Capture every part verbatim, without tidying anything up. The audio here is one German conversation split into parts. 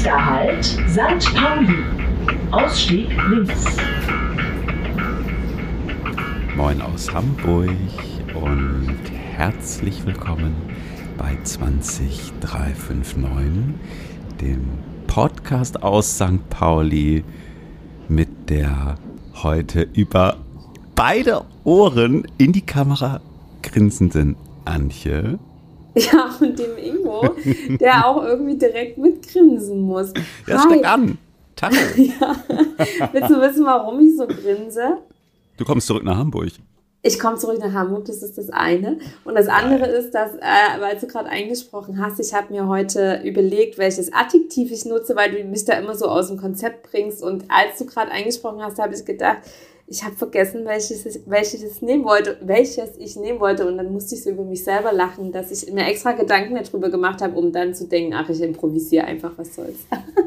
Nächster Halt, Sankt Pauli. Ausstieg links. Moin aus Hamburg und herzlich willkommen bei zwanzig dreihundertneunundfünfzig, dem Podcast aus Sankt Pauli mit der heute über beide Ohren in die Kamera grinsenden Antje. Ja, und dem Ingo, der auch irgendwie direkt mitgrinsen muss. Ja, steck an. Tag. Ja. Willst du wissen, warum ich so grinse? Du kommst zurück nach Hamburg. Ich komme zurück nach Hamburg, das ist das eine. Und das andere ist, dass, äh, weil du gerade eingesprochen hast, ich habe mir heute überlegt, welches Adjektiv ich nutze, weil du mich da immer so aus dem Konzept bringst. Und als du gerade eingesprochen hast, habe ich gedacht, ich habe vergessen, welches, welches ich nehmen wollte, welches ich nehmen wollte. Und dann musste ich so über mich selber lachen, dass ich mir extra Gedanken darüber gemacht habe, um dann zu denken, ach, ich improvisiere einfach, was soll's.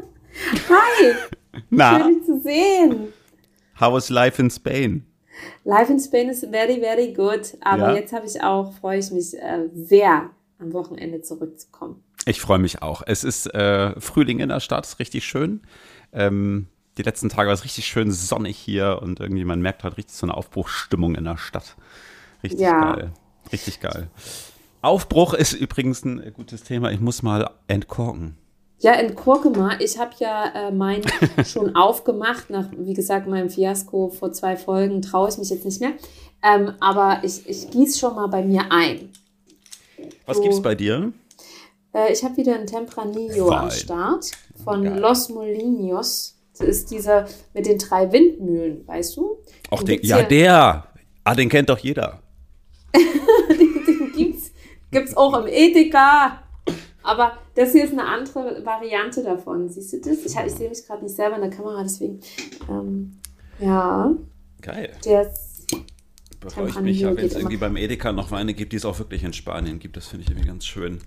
Hi! Na? Schön, dich zu sehen. How was life in Spain? Life in Spain is very, very good. Aber ja? jetzt habe ich auch, freue ich mich äh, sehr, am Wochenende zurückzukommen. Ich freue mich auch. Es ist äh, Frühling in der Stadt, ist richtig schön. Ähm, die letzten Tage war es richtig schön sonnig hier und irgendwie man merkt halt richtig so eine Aufbruchsstimmung in der Stadt. Richtig ja. geil. Richtig geil. Aufbruch ist übrigens ein gutes Thema. Ich muss mal entkorken. Ja, entkorke mal. Ich habe ja äh, meinen schon aufgemacht. Nach, wie gesagt, meinem Fiasko vor zwei Folgen traue ich mich jetzt nicht mehr. Ähm, aber ich, ich gieße schon mal bei mir ein. Was so, gibt's bei dir? Äh, ich habe wieder ein Tempranillo Fein. am Start von Geil. Los Molinos. Das ist dieser mit den drei Windmühlen, weißt du? Ach, den, ja, der. Ah, den kennt doch jeder. den den gibt's, gibt's auch im Edeka. Aber das hier ist eine andere Variante davon. Siehst du das? Ich, ich sehe mich gerade nicht selber in der Kamera, deswegen. Ähm, ja. Geil. Der ist Bevor ich mich aber jetzt irgendwie beim Edeka noch Weine gibt, die es auch wirklich in Spanien gibt. Das finde ich irgendwie ganz schön.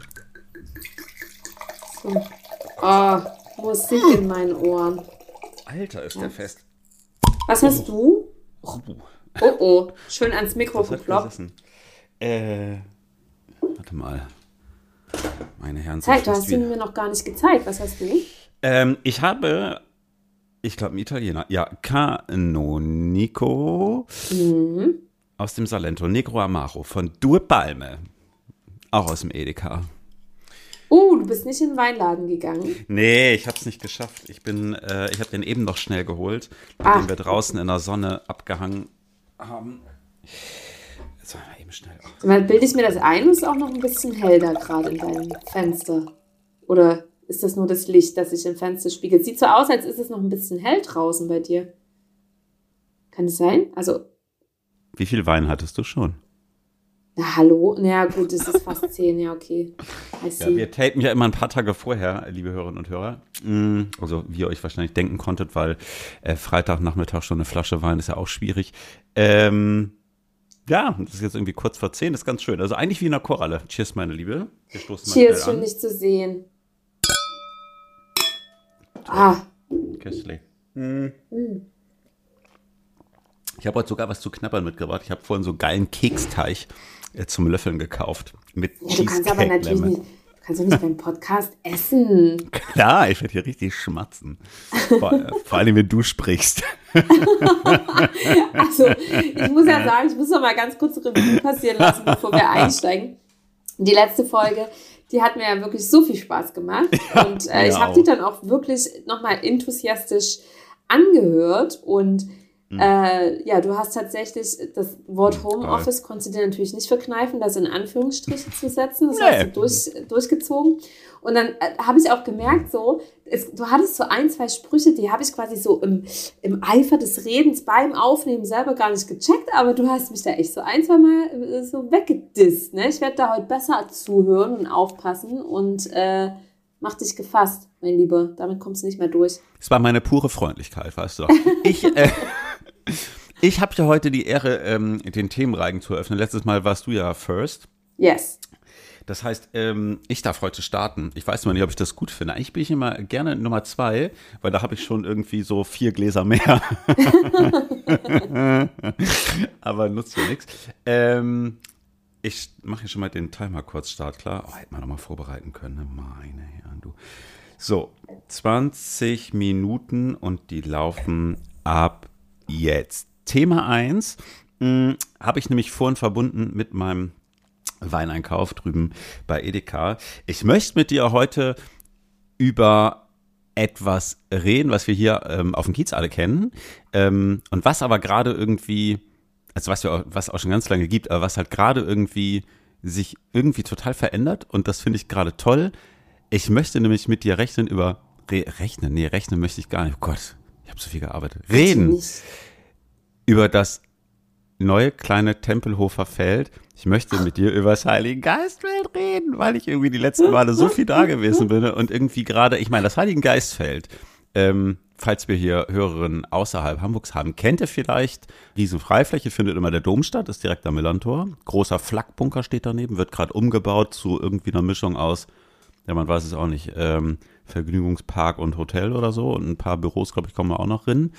So. Oh, Musik in meinen Ohren. Alter, ist der fest. Was hast du? Oh, oh, oh. Schön ans Mikro das hat geklopft. gesessen. Äh, warte mal. Meine Herren. Zeig, du hast ihn mir noch gar nicht gezeigt. Was hast du? Ähm, ich habe, ich glaube, ein Italiener. Ja, Canonico Mhm. aus dem Salento. Negro Amaro von Due Palme. Auch aus dem Edeka. Oh, du bist nicht in den Weinladen gegangen. Nee, ich habe es nicht geschafft. Ich bin, äh, ich habe den eben noch schnell geholt, Ach. nachdem wir draußen in der Sonne abgehangen haben. Jetzt mal eben schnell. Mal, bilde ich mir das ein und ist auch noch ein bisschen hell da gerade in deinem Fenster? Oder ist das nur das Licht, das sich im Fenster spiegelt? Sieht so aus, als ist es noch ein bisschen hell draußen bei dir. Kann es sein? Also, Wie viel Wein hattest du schon? na hallo? Naja gut, es ist fast zehn, ja okay. I see. Ja, wir tapen ja immer ein paar Tage vorher, liebe Hörerinnen und Hörer. Also wie ihr euch wahrscheinlich denken konntet, weil äh, Freitagnachmittag schon eine Flasche Wein ist ja auch schwierig. Ähm, ja, das ist jetzt irgendwie kurz vor zehn, das ist ganz schön. Also eigentlich wie in einer Koralle. Cheers, meine Liebe. Wir stoßen mal Cheers, schnell schön an. dich zu sehen. Ah. Köstlich. Mm. Ich habe heute sogar was zu knabbern mitgebracht. Ich habe vorhin so geilen Keksteig äh, zum Löffeln gekauft. Mit Ja, du kannst aber natürlich nicht, du kannst doch nicht beim Podcast essen. Klar, ich werde hier richtig schmatzen. Vor, äh, vor allem, wenn du sprichst. Also, ich muss ja sagen, ich muss noch mal ganz kurz Revue passieren lassen, bevor wir einsteigen. Die letzte Folge, die hat mir ja wirklich so viel Spaß gemacht. Und äh, ich habe die dann auch wirklich noch mal enthusiastisch angehört. Und Mhm. Äh, ja, du hast tatsächlich das Wort Homeoffice, konntest du dir natürlich nicht verkneifen, das in Anführungsstriche zu setzen. Das nee. hast du durch, durchgezogen. Und dann äh, habe ich auch gemerkt, so, es, du hattest so ein, zwei Sprüche, die habe ich quasi so im, im Eifer des Redens beim Aufnehmen selber gar nicht gecheckt, aber du hast mich da echt so ein, zwei Mal äh, so weggedisst. Ne? Ich werde da heute besser zuhören und aufpassen und äh, mach dich gefasst, mein Lieber. Damit kommst du nicht mehr durch. Es war meine pure Freundlichkeit, weißt du doch. Ich, äh, ich habe ja heute die Ehre, ähm, den Themenreigen zu eröffnen. Letztes Mal warst du ja first. Yes. Das heißt, ähm, ich darf heute starten. Ich weiß immer nicht, ob ich das gut finde. Eigentlich bin ich immer gerne Nummer zwei, weil da habe ich schon irgendwie so vier Gläser mehr. Aber nutzt ja nichts. Ähm, ich mache hier schon mal den Timer kurz Start, klar. Oh, hätte man noch mal vorbereiten können. Ne? Meine Herren, du. So, zwanzig Minuten und die laufen ab jetzt. Thema eins habe ich nämlich vorhin verbunden mit meinem Weineinkauf drüben bei Edeka. Ich möchte mit dir heute über etwas reden, was wir hier ähm, auf dem Kiez alle kennen ähm, und was aber gerade irgendwie, also was, wir, was auch schon ganz lange gibt, aber was halt gerade irgendwie sich irgendwie total verändert und das finde ich gerade toll. Ich möchte nämlich mit dir rechnen über, re, rechnen, nee, rechnen möchte ich gar nicht, oh Gott, ich habe so viel gearbeitet. Reden über das neue kleine Tempelhofer Feld. Ich möchte mit dir über das Heiligen Geistfeld reden, weil ich irgendwie die letzten Male so viel da gewesen bin und irgendwie gerade, ich meine, das Heiligen Geistfeld, ähm, falls wir hier Hörerinnen außerhalb Hamburgs haben, kennt ihr vielleicht, Riesenfreifläche findet immer der Dom statt, ist direkt am Millantor. Großer Flakbunker steht daneben, wird gerade umgebaut zu irgendwie einer Mischung aus, ja, man weiß es auch nicht, ähm, Vergnügungspark und Hotel oder so und ein paar Büros, glaube ich, kommen da auch noch rein.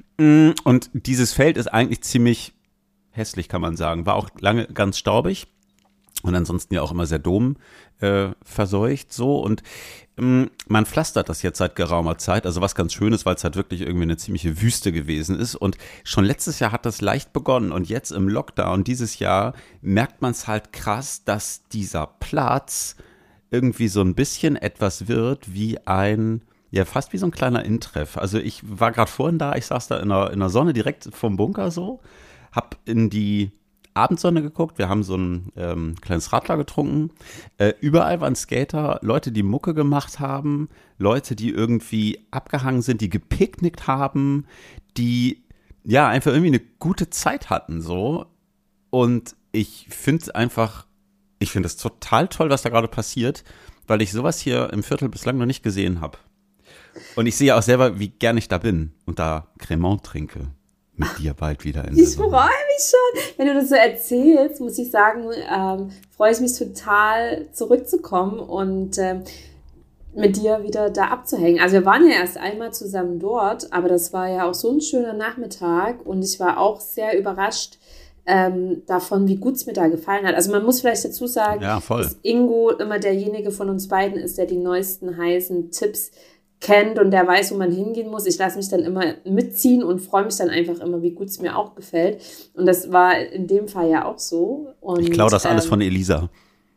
Und dieses Feld ist eigentlich ziemlich hässlich, kann man sagen. War auch lange ganz staubig und ansonsten ja auch immer sehr Dom äh, verseucht so und ähm, man pflastert das jetzt seit geraumer Zeit, also was ganz schön ist, weil es halt wirklich irgendwie eine ziemliche Wüste gewesen ist und schon letztes Jahr hat das leicht begonnen und jetzt im Lockdown dieses Jahr merkt man es halt krass, dass dieser Platz irgendwie so ein bisschen etwas wird wie ein, ja fast wie so ein kleiner Intreff. Also ich war gerade vorhin da, ich saß da in der, in der Sonne direkt vom Bunker so, hab in die Abendsonne geguckt, wir haben so ein ähm, kleines Radler getrunken, äh, überall waren Skater, Leute, die Mucke gemacht haben, Leute, die irgendwie abgehangen sind, die gepicknickt haben, die ja einfach irgendwie eine gute Zeit hatten so und ich finde einfach, ich finde es total toll, was da gerade passiert, weil ich sowas hier im Viertel bislang noch nicht gesehen habe. Und ich sehe auch selber, wie gern ich da bin und da Cremant trinke. Mit dir bald wieder in Ich freue mich schon. Wenn du das so erzählst, muss ich sagen, ähm, freue ich mich total zurückzukommen und ähm, mit dir wieder da abzuhängen. Also wir waren ja erst einmal zusammen dort, aber das war ja auch so ein schöner Nachmittag und ich war auch sehr überrascht ähm, davon, wie gut es mir da gefallen hat. Also man muss vielleicht dazu sagen, ja, voll. dass Ingo immer derjenige von uns beiden ist, der die neuesten heißen Tipps kennt und der weiß, wo man hingehen muss. Ich lasse mich dann immer mitziehen und freue mich dann einfach immer, wie gut es mir auch gefällt. Und das war in dem Fall ja auch so. Und, ich klaue das ähm, alles von Elisa.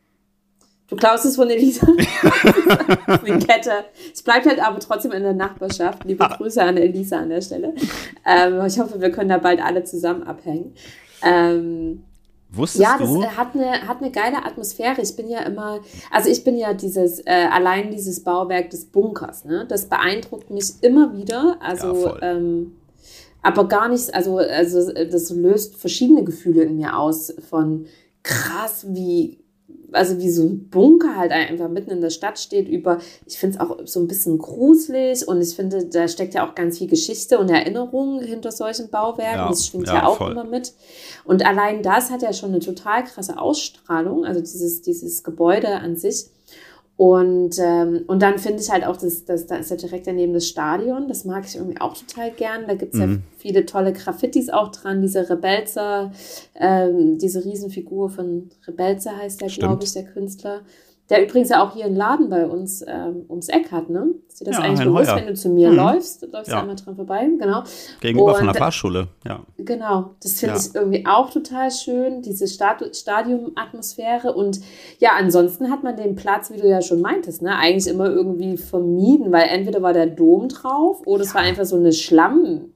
Du klaust es von Elisa? Das ist eine Kette. Es bleibt halt aber trotzdem in der Nachbarschaft. Liebe Grüße an Elisa an der Stelle. Ähm, ich hoffe, wir können da bald alle zusammen abhängen. Ähm, Wusstest ja, du? das hat eine, hat eine geile Atmosphäre. Ich bin ja immer, also ich bin ja dieses, äh, allein dieses Bauwerk des Bunkers, ne? Das beeindruckt mich immer wieder. Also, ja, ähm, aber gar nichts, also, also das löst verschiedene Gefühle in mir aus von krass, wie, also wie so ein Bunker halt einfach mitten in der Stadt steht über, ich finde es auch so ein bisschen gruselig und ich finde, da steckt ja auch ganz viel Geschichte und Erinnerung hinter solchen Bauwerken, ja, das schwingt ja, ja auch voll. immer mit. Und allein das hat ja schon eine total krasse Ausstrahlung, also dieses, dieses Gebäude an sich. Und, ähm, und dann finde ich halt auch, das, das, da ist ja direkt daneben das Stadion, das mag ich irgendwie auch total gern. Da gibt es mhm. ja viele tolle Graffitis auch dran, diese Rebelzer, ähm, diese Riesenfigur von Rebelzer heißt der, glaube ich, der Künstler. Der übrigens ja auch hier einen Laden bei uns ähm, ums Eck hat, ne? Ist dir das ja, eigentlich bewusst, wenn du zu mir mhm. läufst? Du läufst ja einmal dran vorbei, genau. Gegenüber und, von der Fahrschule, ja. Genau, das finde ja. ich irgendwie auch total schön, diese Stad- Stadium-Atmosphäre. Und ja, ansonsten hat man den Platz, wie du ja schon meintest, ne, eigentlich immer irgendwie vermieden, weil entweder war der Dom drauf oder es ja. war einfach so eine Schlamm.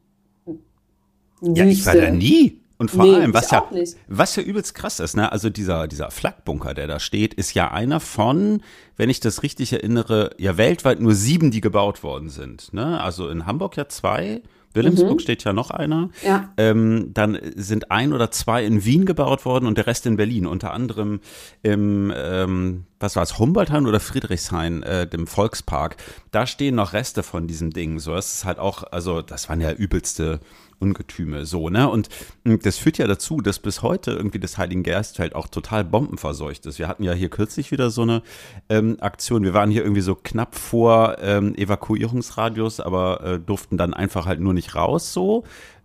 Ja, ich war da nie. Und vor nee, allem, was ja, nicht. was ja übelst krass ist, ne? Also dieser, dieser Flakbunker, der da steht, ist ja einer von, wenn ich das richtig erinnere, ja weltweit nur sieben, die gebaut worden sind. Ne? Also in Hamburg ja zwei, Wilhelmsburg mhm. steht ja noch einer. Ja. Ähm, dann sind ein oder zwei in Wien gebaut worden und der Rest in Berlin. Unter anderem im, ähm, was war es, Humboldthain oder Friedrichshain, äh, dem Volkspark. Da stehen noch Reste von diesem Ding. So, das ist halt auch, also das waren ja übelste Ungetüme, so, ne? Und das führt ja dazu, dass bis heute irgendwie das Heiligen Geistfeld auch total bombenverseucht ist. Wir hatten ja hier kürzlich wieder so eine ähm, Aktion. Wir waren hier irgendwie so knapp vor ähm, Evakuierungsradius, aber äh, durften dann einfach halt nur nicht raus, so.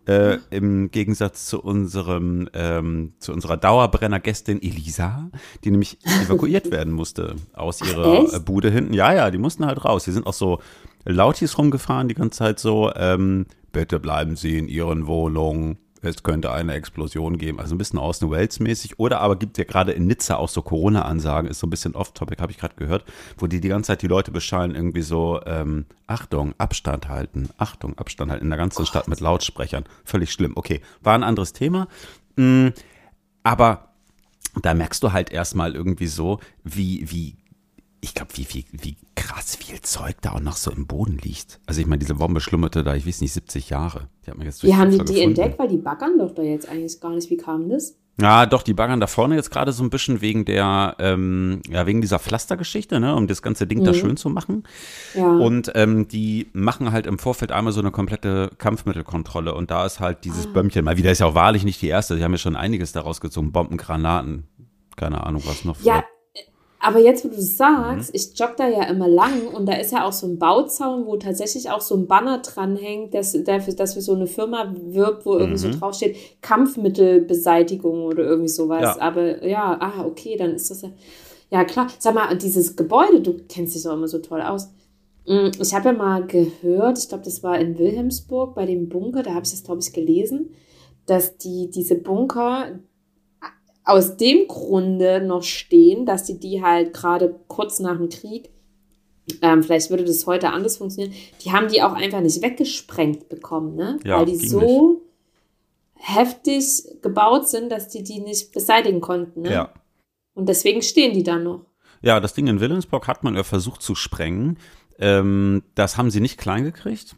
Äh, Im Gegensatz zu unserem, ähm, zu unserer Dauerbrenner-Gästin Elisa, die nämlich evakuiert werden musste aus ihrer Ach, Bude hinten. Ja, ja, die mussten halt raus. Die sind auch so Lautis rumgefahren die ganze Zeit so, ähm, bitte bleiben Sie in Ihren Wohnungen. Es könnte eine Explosion geben, also ein bisschen Austin Wales-mäßig. Oder aber gibt ja gerade in Nizza auch so Corona-Ansagen, ist so ein bisschen off-topic, habe ich gerade gehört, wo die die ganze Zeit die Leute beschallen, irgendwie so, ähm, Achtung, Abstand halten, Achtung, Abstand halten, in der ganzen Stadt mit Lautsprechern. Völlig schlimm. Okay, war ein anderes Thema. Mm, aber da merkst du halt erstmal irgendwie so, wie, wie, ich glaube, wie, wie, wie krass viel Zeug da auch noch so im Boden liegt. Also ich meine, diese Bombe schlummerte da, ich weiß nicht, siebzig Jahre. Die hat man jetzt durch Wie haben die Zufall die gefunden. entdeckt? Weil die baggern doch da jetzt eigentlich gar nicht. Wie kam das? Ja, doch, die baggern da vorne jetzt gerade so ein bisschen wegen der, ähm, ja, wegen dieser Pflastergeschichte, ne, um das ganze Ding da schön zu machen. Ja. Und ähm, die machen halt im Vorfeld einmal so eine komplette Kampfmittelkontrolle und da ist halt dieses Bömmchen, mal wieder, ist ja auch wahrlich nicht die erste, die haben ja schon einiges daraus gezogen, Bomben, Granaten, keine Ahnung, was noch. Ja, aber jetzt, wo du es sagst, ich jogge da ja immer lang und da ist ja auch so ein Bauzaun, wo tatsächlich auch so ein Banner dranhängt, dass, dass, dass für so eine Firma wirbt, wo irgendwie so draufsteht, Kampfmittelbeseitigung oder irgendwie sowas. Ja. Aber ja, ah, okay, dann ist das ja, ja klar. Sag mal, dieses Gebäude, du kennst dich doch immer so toll aus. Ich habe ja mal gehört, ich glaube, das war in Wilhelmsburg bei dem Bunker, da habe ich das, glaube ich, gelesen, dass die diese Bunker aus dem Grunde noch stehen, dass die die halt gerade kurz nach dem Krieg, ähm, vielleicht würde das heute anders funktionieren, die haben die auch einfach nicht weggesprengt bekommen, ne? Ja, weil die ging so heftig gebaut sind, dass die die nicht beseitigen konnten. Ne? Ja. Und deswegen stehen die da noch. Ja, das Ding in Wilhelmsburg hat man ja versucht zu sprengen. Ähm, das haben sie nicht klein gekriegt.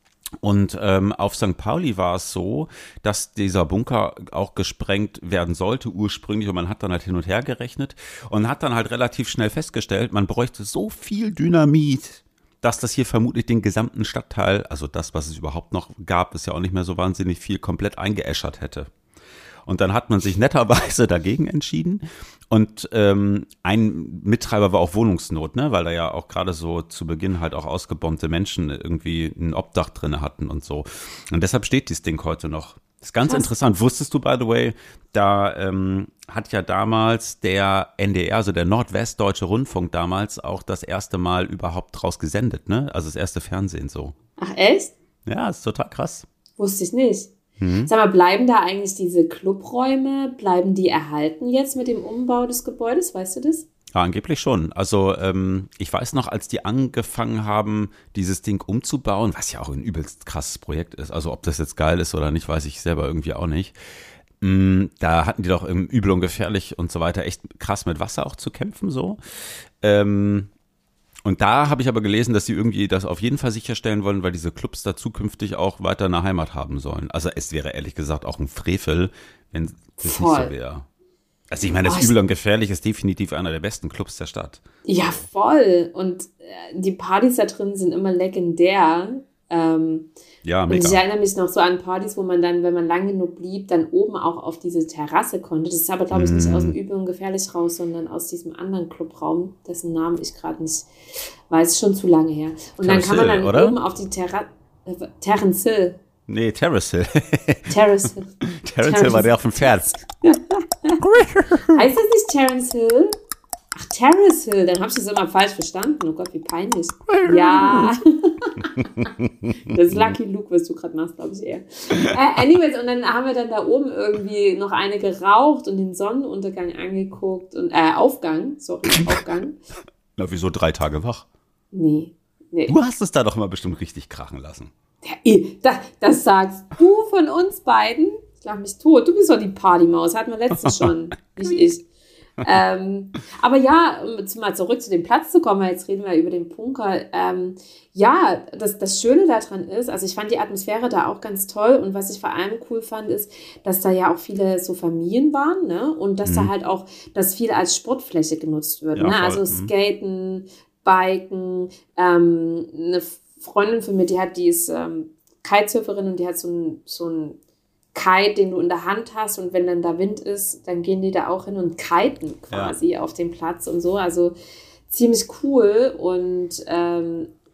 Und ähm, auf Sankt Pauli war es so, dass dieser Bunker auch gesprengt werden sollte ursprünglich und man hat dann halt hin und her gerechnet und hat dann halt relativ schnell festgestellt, man bräuchte so viel Dynamit, dass das hier vermutlich den gesamten Stadtteil, also das, was es überhaupt noch gab, ist ja auch nicht mehr so wahnsinnig viel, komplett eingeäschert hätte. Und dann hat man sich netterweise dagegen entschieden. Und ähm, ein Mittreiber war auch Wohnungsnot, ne, weil da ja auch gerade so zu Beginn halt auch ausgebombte Menschen irgendwie ein Obdach drinne hatten und so. Und deshalb steht dieses Ding heute noch. Das ist ganz Krass. interessant. Wusstest du, by the way, da ähm, hat ja damals der N D R, also der Nordwestdeutsche Rundfunk damals auch das erste Mal überhaupt draus gesendet, ne? Also das erste Fernsehen so. Ach echt? Ja, ist total krass. Wusste ich nicht. Mhm. Sag mal, bleiben da eigentlich diese Clubräume, bleiben die erhalten jetzt mit dem Umbau des Gebäudes? Weißt du das? Ja, angeblich schon. Also ähm, ich weiß noch, als die angefangen haben, dieses Ding umzubauen, was ja auch ein übelst krasses Projekt ist, also ob das jetzt geil ist oder nicht, weiß ich selber irgendwie auch nicht. Mm, da hatten die doch im Übel und Gefährlich und so weiter echt krass mit Wasser auch zu kämpfen so. Ähm, und da habe ich aber gelesen, dass sie irgendwie das auf jeden Fall sicherstellen wollen, weil diese Clubs da zukünftig auch weiter eine Heimat haben sollen. Also es wäre ehrlich gesagt auch ein Frevel, wenn das Voll. nicht so wäre. Also ich meine, das Oh, ich- Übel und Gefährlich ist definitiv einer der besten Clubs der Stadt. Ja, voll. Und äh, die Partys da drin sind immer legendär. Ähm, Ja, und ich mega. erinnere mich noch so an Partys, wo man dann, wenn man lang genug blieb, dann oben auch auf diese Terrasse konnte. Das ist aber, glaube ich, nicht Mhm. aus dem Übel und Gefährlich raus, sondern aus diesem anderen Clubraum, dessen Namen ich gerade nicht weiß, schon zu lange her. Und dann Terrace kann man dann Hill, oder? oben auf die Terrasse, äh, Terence Hill, Nee, Terrace Hill. Terrace Hill. Terrace Hill war der auf dem Pferd. Heißt das nicht Terence Hill? Ach, Terrace Hill, dann habe ich das immer falsch verstanden. Oh Gott, wie peinlich. Ja. Das ist Lucky Luke, was du gerade machst, glaube ich eher. Äh, anyways, und dann haben wir dann da oben irgendwie noch eine geraucht und den Sonnenuntergang angeguckt und, äh, Aufgang, sorry, Aufgang. Na, wieso drei Tage wach? Nee, nee. Du hast es da doch mal bestimmt richtig krachen lassen. Ja, eh, das, das sagst du von uns beiden. Ich lach mich tot. Du bist doch die Partymaus. Hatten wir letztens schon. Nicht ich. ähm, aber ja, um jetzt mal zurück zu dem Platz zu kommen, weil jetzt reden wir über den Bunker. Ähm, ja, das, das Schöne daran ist, also ich fand die Atmosphäre da auch ganz toll und was ich vor allem cool fand, ist, dass da ja auch viele so Familien waren, ne? Und dass da halt auch das viel als Sportfläche genutzt wird. Ja, Ne? voll. Also Mhm. Skaten, Biken, ähm, eine Freundin von mir, die hat, die ist ähm, Kitesurferin und die hat so ein, so ein Kite, den du in der Hand hast und wenn dann da Wind ist, dann gehen die da auch hin und kiten quasi auf dem Platz und so. Also ziemlich cool und ähm,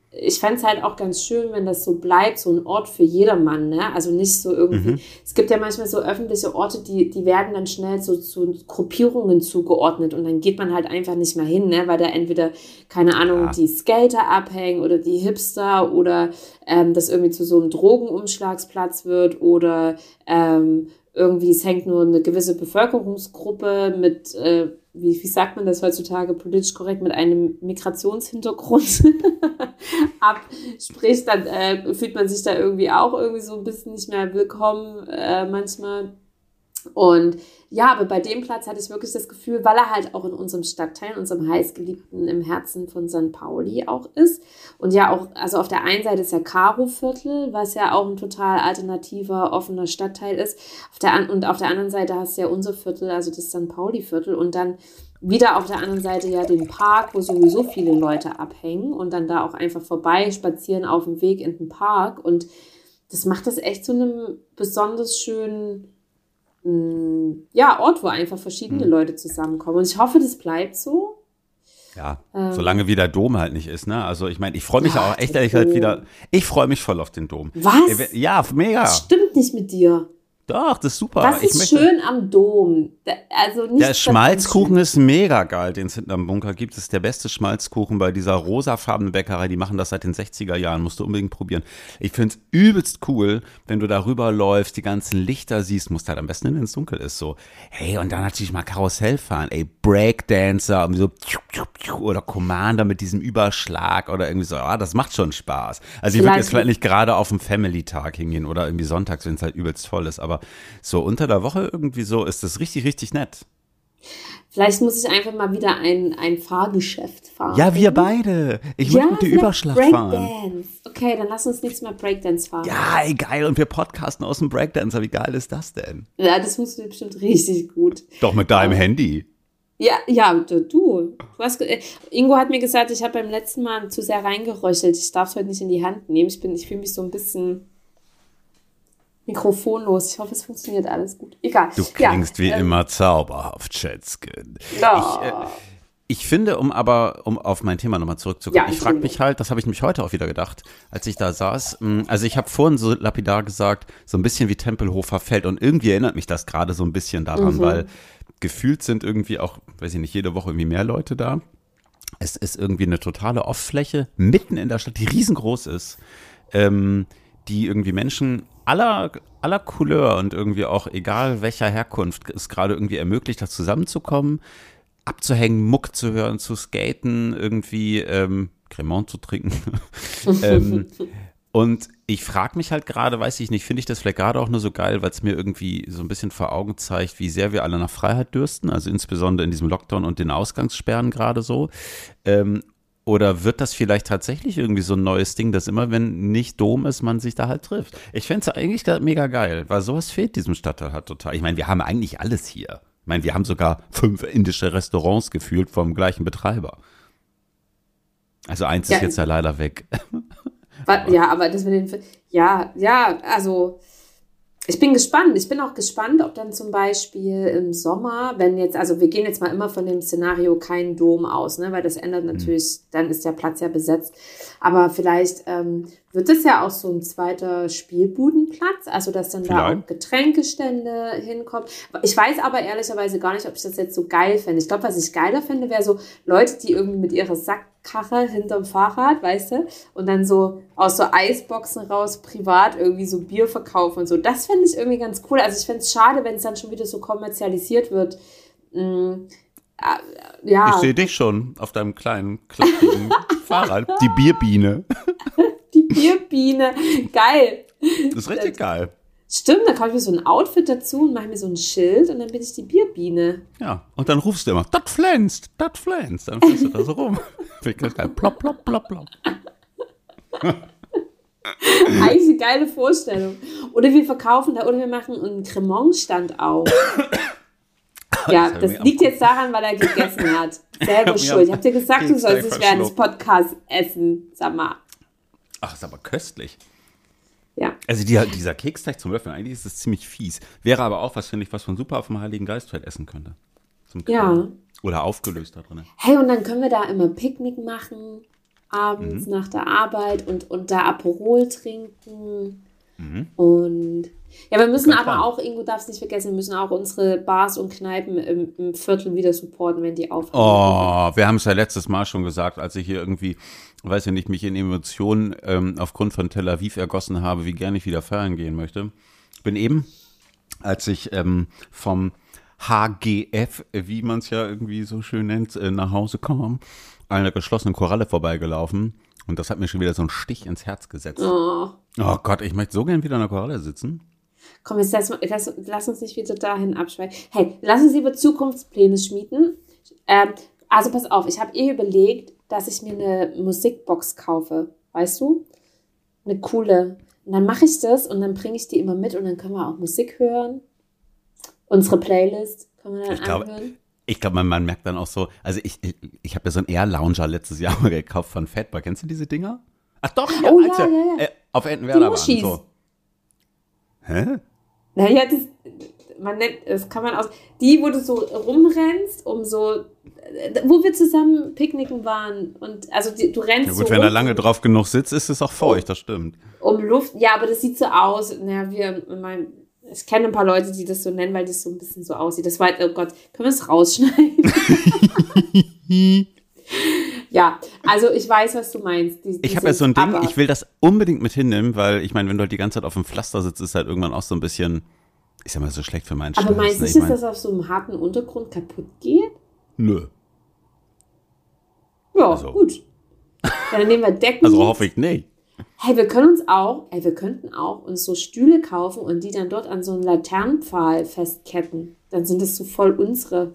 ich fände es halt auch ganz schön, wenn das so bleibt, so ein Ort für jedermann, ne? Also nicht so irgendwie, mhm. es gibt ja manchmal so öffentliche Orte, die, die werden dann schnell so zu Gruppierungen zugeordnet und dann geht man halt einfach nicht mehr hin, ne? Weil da entweder, keine Ahnung, ja. die Skater abhängen oder die Hipster oder ähm, das irgendwie zu so einem Drogenumschlagsplatz wird oder ähm, irgendwie, es hängt nur eine gewisse Bevölkerungsgruppe mit, äh, wie, wie sagt man das heutzutage politisch korrekt, mit einem Migrationshintergrund ab. Sprich, dann äh, fühlt man sich da irgendwie auch irgendwie so ein bisschen nicht mehr willkommen äh, manchmal. Und ja, aber bei dem Platz hatte ich wirklich das Gefühl, weil er halt auch in unserem Stadtteil, in unserem heißgeliebten im Herzen von Sankt Pauli auch ist. Und ja auch, also auf der einen Seite ist ja Karo-Viertel, was ja auch ein total alternativer, offener Stadtteil ist. Auf der, und auf der anderen Seite hast du ja unser Viertel, also das Sankt Pauli-Viertel. Und dann wieder auf der anderen Seite ja den Park, wo sowieso viele Leute abhängen und dann da auch einfach vorbei spazieren auf dem Weg in den Park. Und das macht das echt zu einem besonders schönen ja, Ort, wo einfach verschiedene hm. Leute zusammenkommen. Und ich hoffe, das bleibt so. Ja, ähm, solange wie der Dom halt nicht ist, ne? Also ich meine, ich freue mich ja, auch echt ehrlich gesagt wieder, ich freue mich voll auf den Dom. Was? Ja, mega. Das stimmt nicht mit dir. Doch, das ist super. Was ist ich schön am Dom? Also nicht der Schmalzkuchen ist mega geil, den es hinten am Bunker gibt. Das ist der beste Schmalzkuchen bei dieser rosafarbenen Bäckerei. Die machen das seit den sechziger Jahren. Musst du unbedingt probieren. Ich finde es übelst cool, wenn du darüber läufst, die ganzen Lichter siehst. Musst halt am besten, wenn es dunkel ist. So, hey, und dann natürlich mal Karussell fahren. Ey, Breakdancer so oder Commander mit diesem Überschlag oder irgendwie so. Ah, das macht schon Spaß. Also ich würde jetzt vielleicht nicht gerade auf einen Family-Tag hingehen oder irgendwie sonntags, wenn es halt übelst voll ist. Aber so unter der Woche irgendwie so ist das richtig, richtig nett. Vielleicht muss ich einfach mal wieder ein, ein Fahrgeschäft fahren. Ja, wir beide. Ich ja, muss mit dir Überschlag fahren. Breakdance. Okay, dann lass uns nächstes Mal Breakdance fahren. Ja, ey, geil. Und wir podcasten aus dem Breakdancer. Wie geil ist das denn? Ja, das musst du bestimmt richtig gut. Doch mit deinem ja. Handy. Ja, ja, du. du hast, äh, Ingo hat mir gesagt, ich habe beim letzten Mal zu sehr reingeröchelt. Ich darf es heute nicht in die Hand nehmen. Ich, bin, ich fühle mich so ein bisschen mikrofonlos. Ich hoffe, es funktioniert alles gut. Egal. Du klingst ja, wie ähm, immer zauberhaft, Schätzchen. Ja. Ich, äh, ich finde, um aber, um auf mein Thema nochmal zurückzukommen, ja, ich frage mich halt, das habe ich mich heute auch wieder gedacht, als ich da saß, also ich habe vorhin so lapidar gesagt, so ein bisschen wie Tempelhofer Feld und irgendwie erinnert mich das gerade so ein bisschen daran, mhm. weil gefühlt sind irgendwie auch, weiß ich nicht, jede Woche irgendwie mehr Leute da. Es ist irgendwie eine totale Off-Fläche mitten in der Stadt, die riesengroß ist, ähm, die irgendwie Menschen aller, aller Couleur und irgendwie auch egal welcher Herkunft es gerade irgendwie ermöglicht, das zusammenzukommen, abzuhängen, Muck zu hören, zu skaten, irgendwie ähm, Cremant zu trinken. ähm, und ich frage mich halt gerade, weiß ich nicht, finde ich das vielleicht gerade auch nur so geil, weil es mir irgendwie so ein bisschen vor Augen zeigt, wie sehr wir alle nach Freiheit dürsten, also insbesondere in diesem Lockdown und den Ausgangssperren gerade so. Ähm, Oder wird das vielleicht tatsächlich irgendwie so ein neues Ding, dass immer, wenn nicht Dom ist, man sich da halt trifft? Ich fände es eigentlich mega geil, weil sowas fehlt diesem Stadtteil halt total. Ich meine, wir haben eigentlich alles hier. Ich meine, wir haben sogar fünf indische Restaurants gefühlt vom gleichen Betreiber. Also eins ja, ist jetzt ja leider weg. Ja, aber das mit den, ja, ja, also ich bin gespannt. Ich bin auch gespannt, ob dann zum Beispiel im Sommer, wenn jetzt, also wir gehen jetzt mal immer von dem Szenario kein Dom aus, ne, weil das ändert natürlich, mhm. dann ist der Platz ja besetzt. Aber vielleicht ähm, wird es ja auch so ein zweiter Spielbudenplatz, also dass dann vielleicht da auch Getränkestände hinkommen. Ich weiß aber ehrlicherweise gar nicht, ob ich das jetzt so geil fände. Ich glaube, was ich geiler fände, wäre so Leute, die irgendwie mit ihrer Sackkarre hinterm Fahrrad, weißt du, und dann so aus so Eisboxen raus privat irgendwie so Bier verkaufen und so. Das fände ich irgendwie ganz cool. Also ich fände es schade, wenn es dann schon wieder so kommerzialisiert wird. Mhm. Ja. Ich sehe dich schon auf deinem kleinen, klapprigen Fahrrad. Die Bierbiene. Die Bierbiene. Geil. Das ist richtig das, geil. Stimmt, dann kaufe ich mir so ein Outfit dazu und mache mir so ein Schild und dann bin ich die Bierbiene. Ja, und dann rufst du immer, das pflänzt, das pflänzt. Dann fährst du da so rum. Plopp, plopp, plopp, plopp. Eigentlich eine geile Vorstellung. Oder wir verkaufen da, oder wir machen einen Cremant-Stand auf. Ja, das, das liegt jetzt daran, weil er gegessen hat. Selber schuld. Ich hab dir gesagt, du sollst nicht während des Podcasts essen. Sag mal. Ach, ist aber köstlich. Ja. Also die, dieser Keksteig zum Löffeln, eigentlich ist es ziemlich fies. Wäre aber auch was, finde ich, was man super auf dem Heiligen Geist halt essen könnte. Zum ja. Oder aufgelöst da drin. Hey, und dann können wir da immer Picknick machen. abends Mhm. nach der Arbeit und, und da Aperol trinken. Mhm. Und ja, wir müssen Ganz aber klar. auch, Ingo darf es nicht vergessen, wir müssen auch unsere Bars und Kneipen im, im Viertel wieder supporten, wenn die aufhören. Oh, wir haben es ja letztes Mal schon gesagt, als ich hier irgendwie, weiß ich nicht, mich in Emotionen ähm, aufgrund von Tel Aviv ergossen habe, wie gerne ich wieder feiern gehen möchte. Bin eben, als ich ähm, vom H G F, wie man es ja irgendwie so schön nennt, äh, nach Hause kam, an einer geschlossenen Koralle vorbeigelaufen. Und das hat mir schon wieder so einen Stich ins Herz gesetzt. Oh. Oh Gott, ich möchte so gern wieder in der Koralle sitzen. Komm, jetzt lass, lass, lass uns nicht wieder dahin abschweifen. Hey, lass uns lieber Zukunftspläne schmieden. Ähm, also pass auf, ich habe eh überlegt, dass ich mir eine Musikbox kaufe. Weißt du? Eine coole. Und dann mache ich das und dann bringe ich die immer mit und dann können wir auch Musik hören. Unsere Playlist können wir dann Ich glaube, anhören. ich glaube, man, man merkt dann auch so, also ich, ich, ich habe ja so einen Air-Lounger letztes Jahr mal gekauft von Fatboy. Kennst du diese Dinger? Ach doch, ja, Oh, als ja, wir, ja, ja. Äh, auf Entenwerder Die waren. Muschis. So. Hä? Naja, das, man nennt, das kann man aus. Die, wo du so rumrennst, um so, wo wir zusammen picknicken waren. Und also die, du rennst Ja gut, so wenn rum, er lange drauf genug sitzt, ist es auch feucht, das stimmt. um Luft. Ja, aber das sieht so aus. Naja, wir, mein, ich kenne ein paar Leute, die das so nennen, weil das so ein bisschen so aussieht. Das war, oh Gott, können wir es rausschneiden? Ja, also ich weiß, was du meinst. Die, die Ich habe ja sind so ein Ding, aber- ich will das unbedingt mit hinnehmen, weil ich meine, wenn du halt die ganze Zeit auf dem Pflaster sitzt, ist halt irgendwann auch so ein bisschen, ich sag mal, so schlecht für meinen Aber Schmerz. meinst du ne? nicht, Ich dass mein, das auf so einem harten Untergrund kaputt geht? nö. Ja, Also- gut. Ja, dann nehmen wir Decken. Also hoffe ich nicht. Hey, wir können uns auch, ey, wir könnten auch uns so Stühle kaufen und die dann dort an so einen Laternenpfahl festketten. Dann sind das so voll unsere.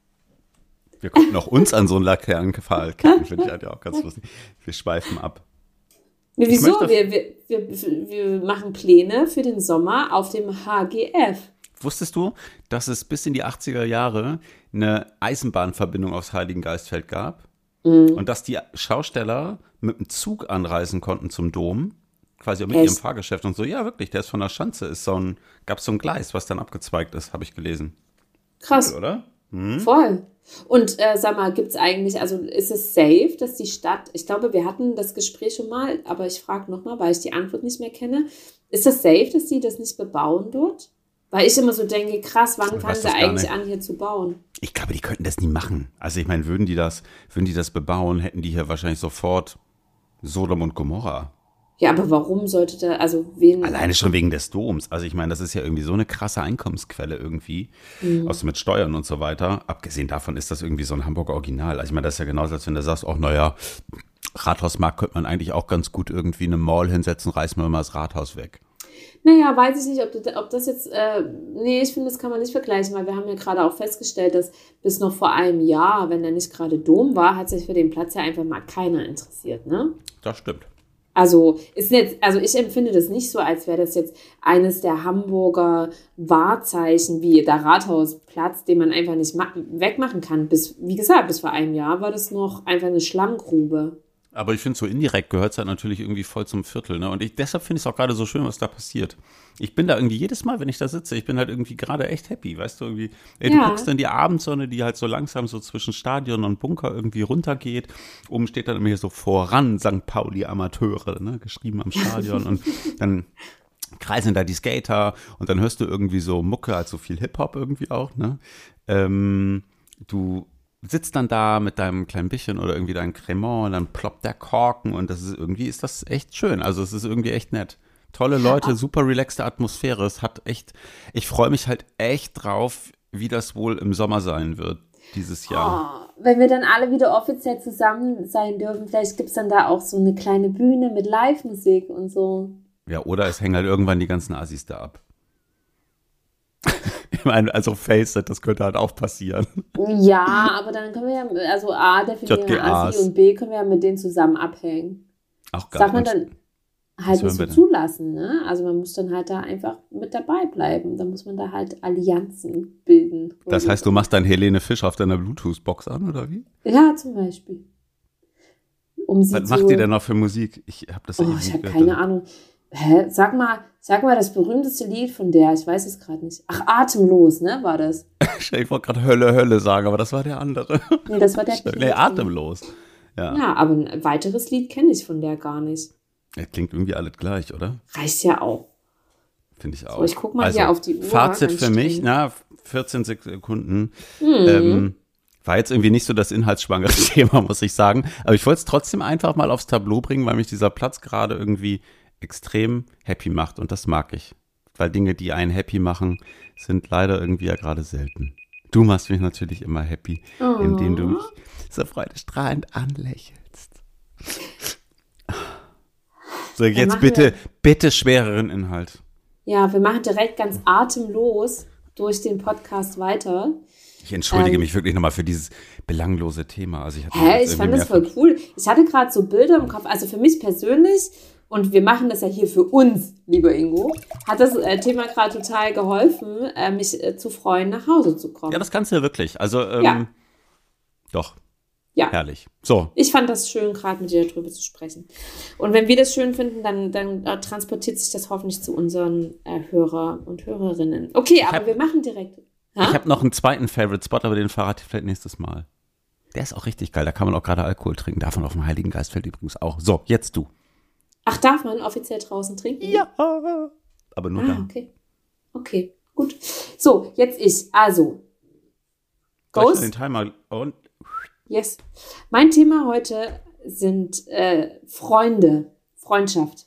Wir könnten auch uns an so einen Laternenpfahl kennen, finde ich halt ja auch ganz lustig. Wir schweifen ab. Nee, Ich wieso? möchte- Wir, wir, wir, wir machen Pläne für den Sommer auf dem H G F. Wusstest du, dass es bis in die achtziger Jahre eine Eisenbahnverbindung aufs Heiligengeistfeld gab? Und dass die Schausteller mit dem Zug anreisen konnten zum Dom, quasi auch mit Echt? ihrem Fahrgeschäft und so. Ja, wirklich, der ist von der Schanze, ist so ein, gab so ein Gleis, was dann abgezweigt ist, habe ich gelesen. Krass, Oder? voll. Und äh, sag mal, gibt es eigentlich, also ist es safe, dass die Stadt, ich glaube, wir hatten das Gespräch schon mal, aber ich frage nochmal, weil ich die Antwort nicht mehr kenne. Ist das safe, dass die das nicht bebauen dort? Weil ich immer so denke, krass, wann Ich fangen weiß sie das gar eigentlich nicht. an, hier zu bauen? Ich glaube, die könnten das nie machen. Also ich meine, würden die das, würden die das bebauen, hätten die hier wahrscheinlich sofort Sodom und Gomorra. Ja, aber warum sollte da, also wen... Alleine schon wegen des Doms. Also ich meine, das ist ja irgendwie so eine krasse Einkommensquelle irgendwie, Mhm. außer mit Steuern und so weiter. Abgesehen davon ist das irgendwie so ein Hamburger Original. Also ich meine, das ist ja genauso, als wenn du sagst, auch naja, Rathausmarkt könnte man eigentlich auch ganz gut irgendwie eine Mall hinsetzen, reißen wir mal das Rathaus weg. Naja, weiß ich nicht, ob, du, ob das jetzt, äh, nee, ich finde, das kann man nicht vergleichen, weil wir haben ja gerade auch festgestellt, dass bis noch vor einem Jahr, wenn er nicht gerade Dom war, hat sich für den Platz ja einfach mal keiner interessiert, ne? Das stimmt. Also ist jetzt, also ich empfinde das nicht so, als wäre das jetzt eines der Hamburger Wahrzeichen wie der Rathausplatz, den man einfach nicht ma- wegmachen kann. Bis, wie gesagt, bis vor einem Jahr war das noch einfach eine Schlammgrube. Aber ich finde, so indirekt gehört es halt natürlich irgendwie voll zum Viertel. Ne? Und ich, deshalb finde ich es auch gerade so schön, was da passiert. Ich bin da irgendwie jedes Mal, wenn ich da sitze, ich bin halt irgendwie gerade echt happy, weißt du, irgendwie. Ey, du Ja. guckst dann die Abendsonne, die halt so langsam so zwischen Stadion und Bunker irgendwie runtergeht. Oben steht dann immer hier so voran Sankt Pauli Amateure, ne? Geschrieben am Stadion. Und dann kreisen da die Skater und dann hörst du irgendwie so Mucke, also viel Hip-Hop irgendwie auch, ne? Ähm, du sitzt dann da mit deinem kleinen Bierchen oder irgendwie deinem Cremant und dann ploppt der Korken und das ist irgendwie, ist das echt schön. Also es ist irgendwie echt nett. Tolle Leute, super relaxte Atmosphäre. Es hat echt, ich freue mich halt echt drauf, wie das wohl im Sommer sein wird dieses Jahr. Oh, wenn wir dann alle wieder offiziell zusammen sein dürfen, vielleicht gibt es dann da auch so eine kleine Bühne mit Live-Musik und so. Ja, oder es hängen halt irgendwann die ganzen Assis da ab. Ich meine, also Face it, das könnte halt auch passieren. Ja, aber dann können wir ja, also A, definieren J G wir Assi As. und B, können wir ja mit denen zusammen abhängen. Auch geil. Sagt man Und- dann halt was nicht hören so wir denn? zulassen, ne? Also man muss dann halt da einfach mit dabei bleiben. Da muss man da halt Allianzen bilden. Das heißt, du machst dann Helene Fischer auf deiner Bluetooth-Box an, oder wie? Ja, zum Beispiel. Um sie Was zu, macht die denn noch für Musik? Ich habe das Oh, ewig ich nicht habe gehört. keine Ahnung. Hä? Sag mal, sag mal das berühmteste Lied von der. Ich weiß es gerade nicht. Ach, Atemlos, ne? War das? Ich wollte gerade Hölle, Hölle sagen, aber das war der andere. Nee, das war der Nee, atemlos. Ja. Ja, aber ein weiteres Lied kenne ich von der gar nicht. Ja, klingt irgendwie alles gleich, oder? Reicht ja auch. Finde ich auch. So, ich guck mal also, hier auf die Uhr. Fazit ganz für mich, streng. na, vierzehn Sekunden. Mhm. Ähm, war jetzt irgendwie nicht so das inhaltsschwangere Thema, muss ich sagen. Aber ich wollte es trotzdem einfach mal aufs Tableau bringen, weil mich dieser Platz gerade irgendwie extrem happy macht. Und das mag ich. Weil Dinge, die einen happy machen, sind leider irgendwie ja gerade selten. Du machst mich natürlich immer happy, Oh. indem du mich so freudestrahlend anlächelst. So, jetzt machen bitte, wir- bitte schwereren Inhalt. Ja, wir machen direkt ganz atemlos durch den Podcast weiter. Ich entschuldige Ähm, mich wirklich nochmal für dieses belanglose Thema. Also ich hatte Hä, jetzt ich fand irgendwie das voll mehrfach- cool. Ich hatte gerade so Bilder im Kopf, also für mich persönlich, und wir machen das ja hier für uns, lieber Ingo, hat das äh, Thema gerade total geholfen, äh, mich äh, zu freuen, nach Hause zu kommen. Ja, das kannst du ja wirklich. Also, ähm, Ja. doch, Ja. herrlich. So, Ich fand das schön, gerade mit dir darüber zu sprechen. Und wenn wir das schön finden, dann, dann äh, transportiert sich das hoffentlich zu unseren äh, Hörer und Hörerinnen. Okay, aber hab- wir machen direkt. Ha? ich habe noch einen zweiten Favorite Spot, aber den verrate ich vielleicht nächstes Mal. Der ist auch richtig geil. Da kann man auch gerade Alkohol trinken. Davon auf dem Heiligen Geistfeld übrigens auch. So, jetzt du. Ach, darf man offiziell draußen trinken? Ja, aber nur Ah, dann. okay. Okay, gut. So, jetzt ich. Also, Soll ich Ghost? mal den Timer und Yes. Mein Thema heute sind äh, Freunde, Freundschaft.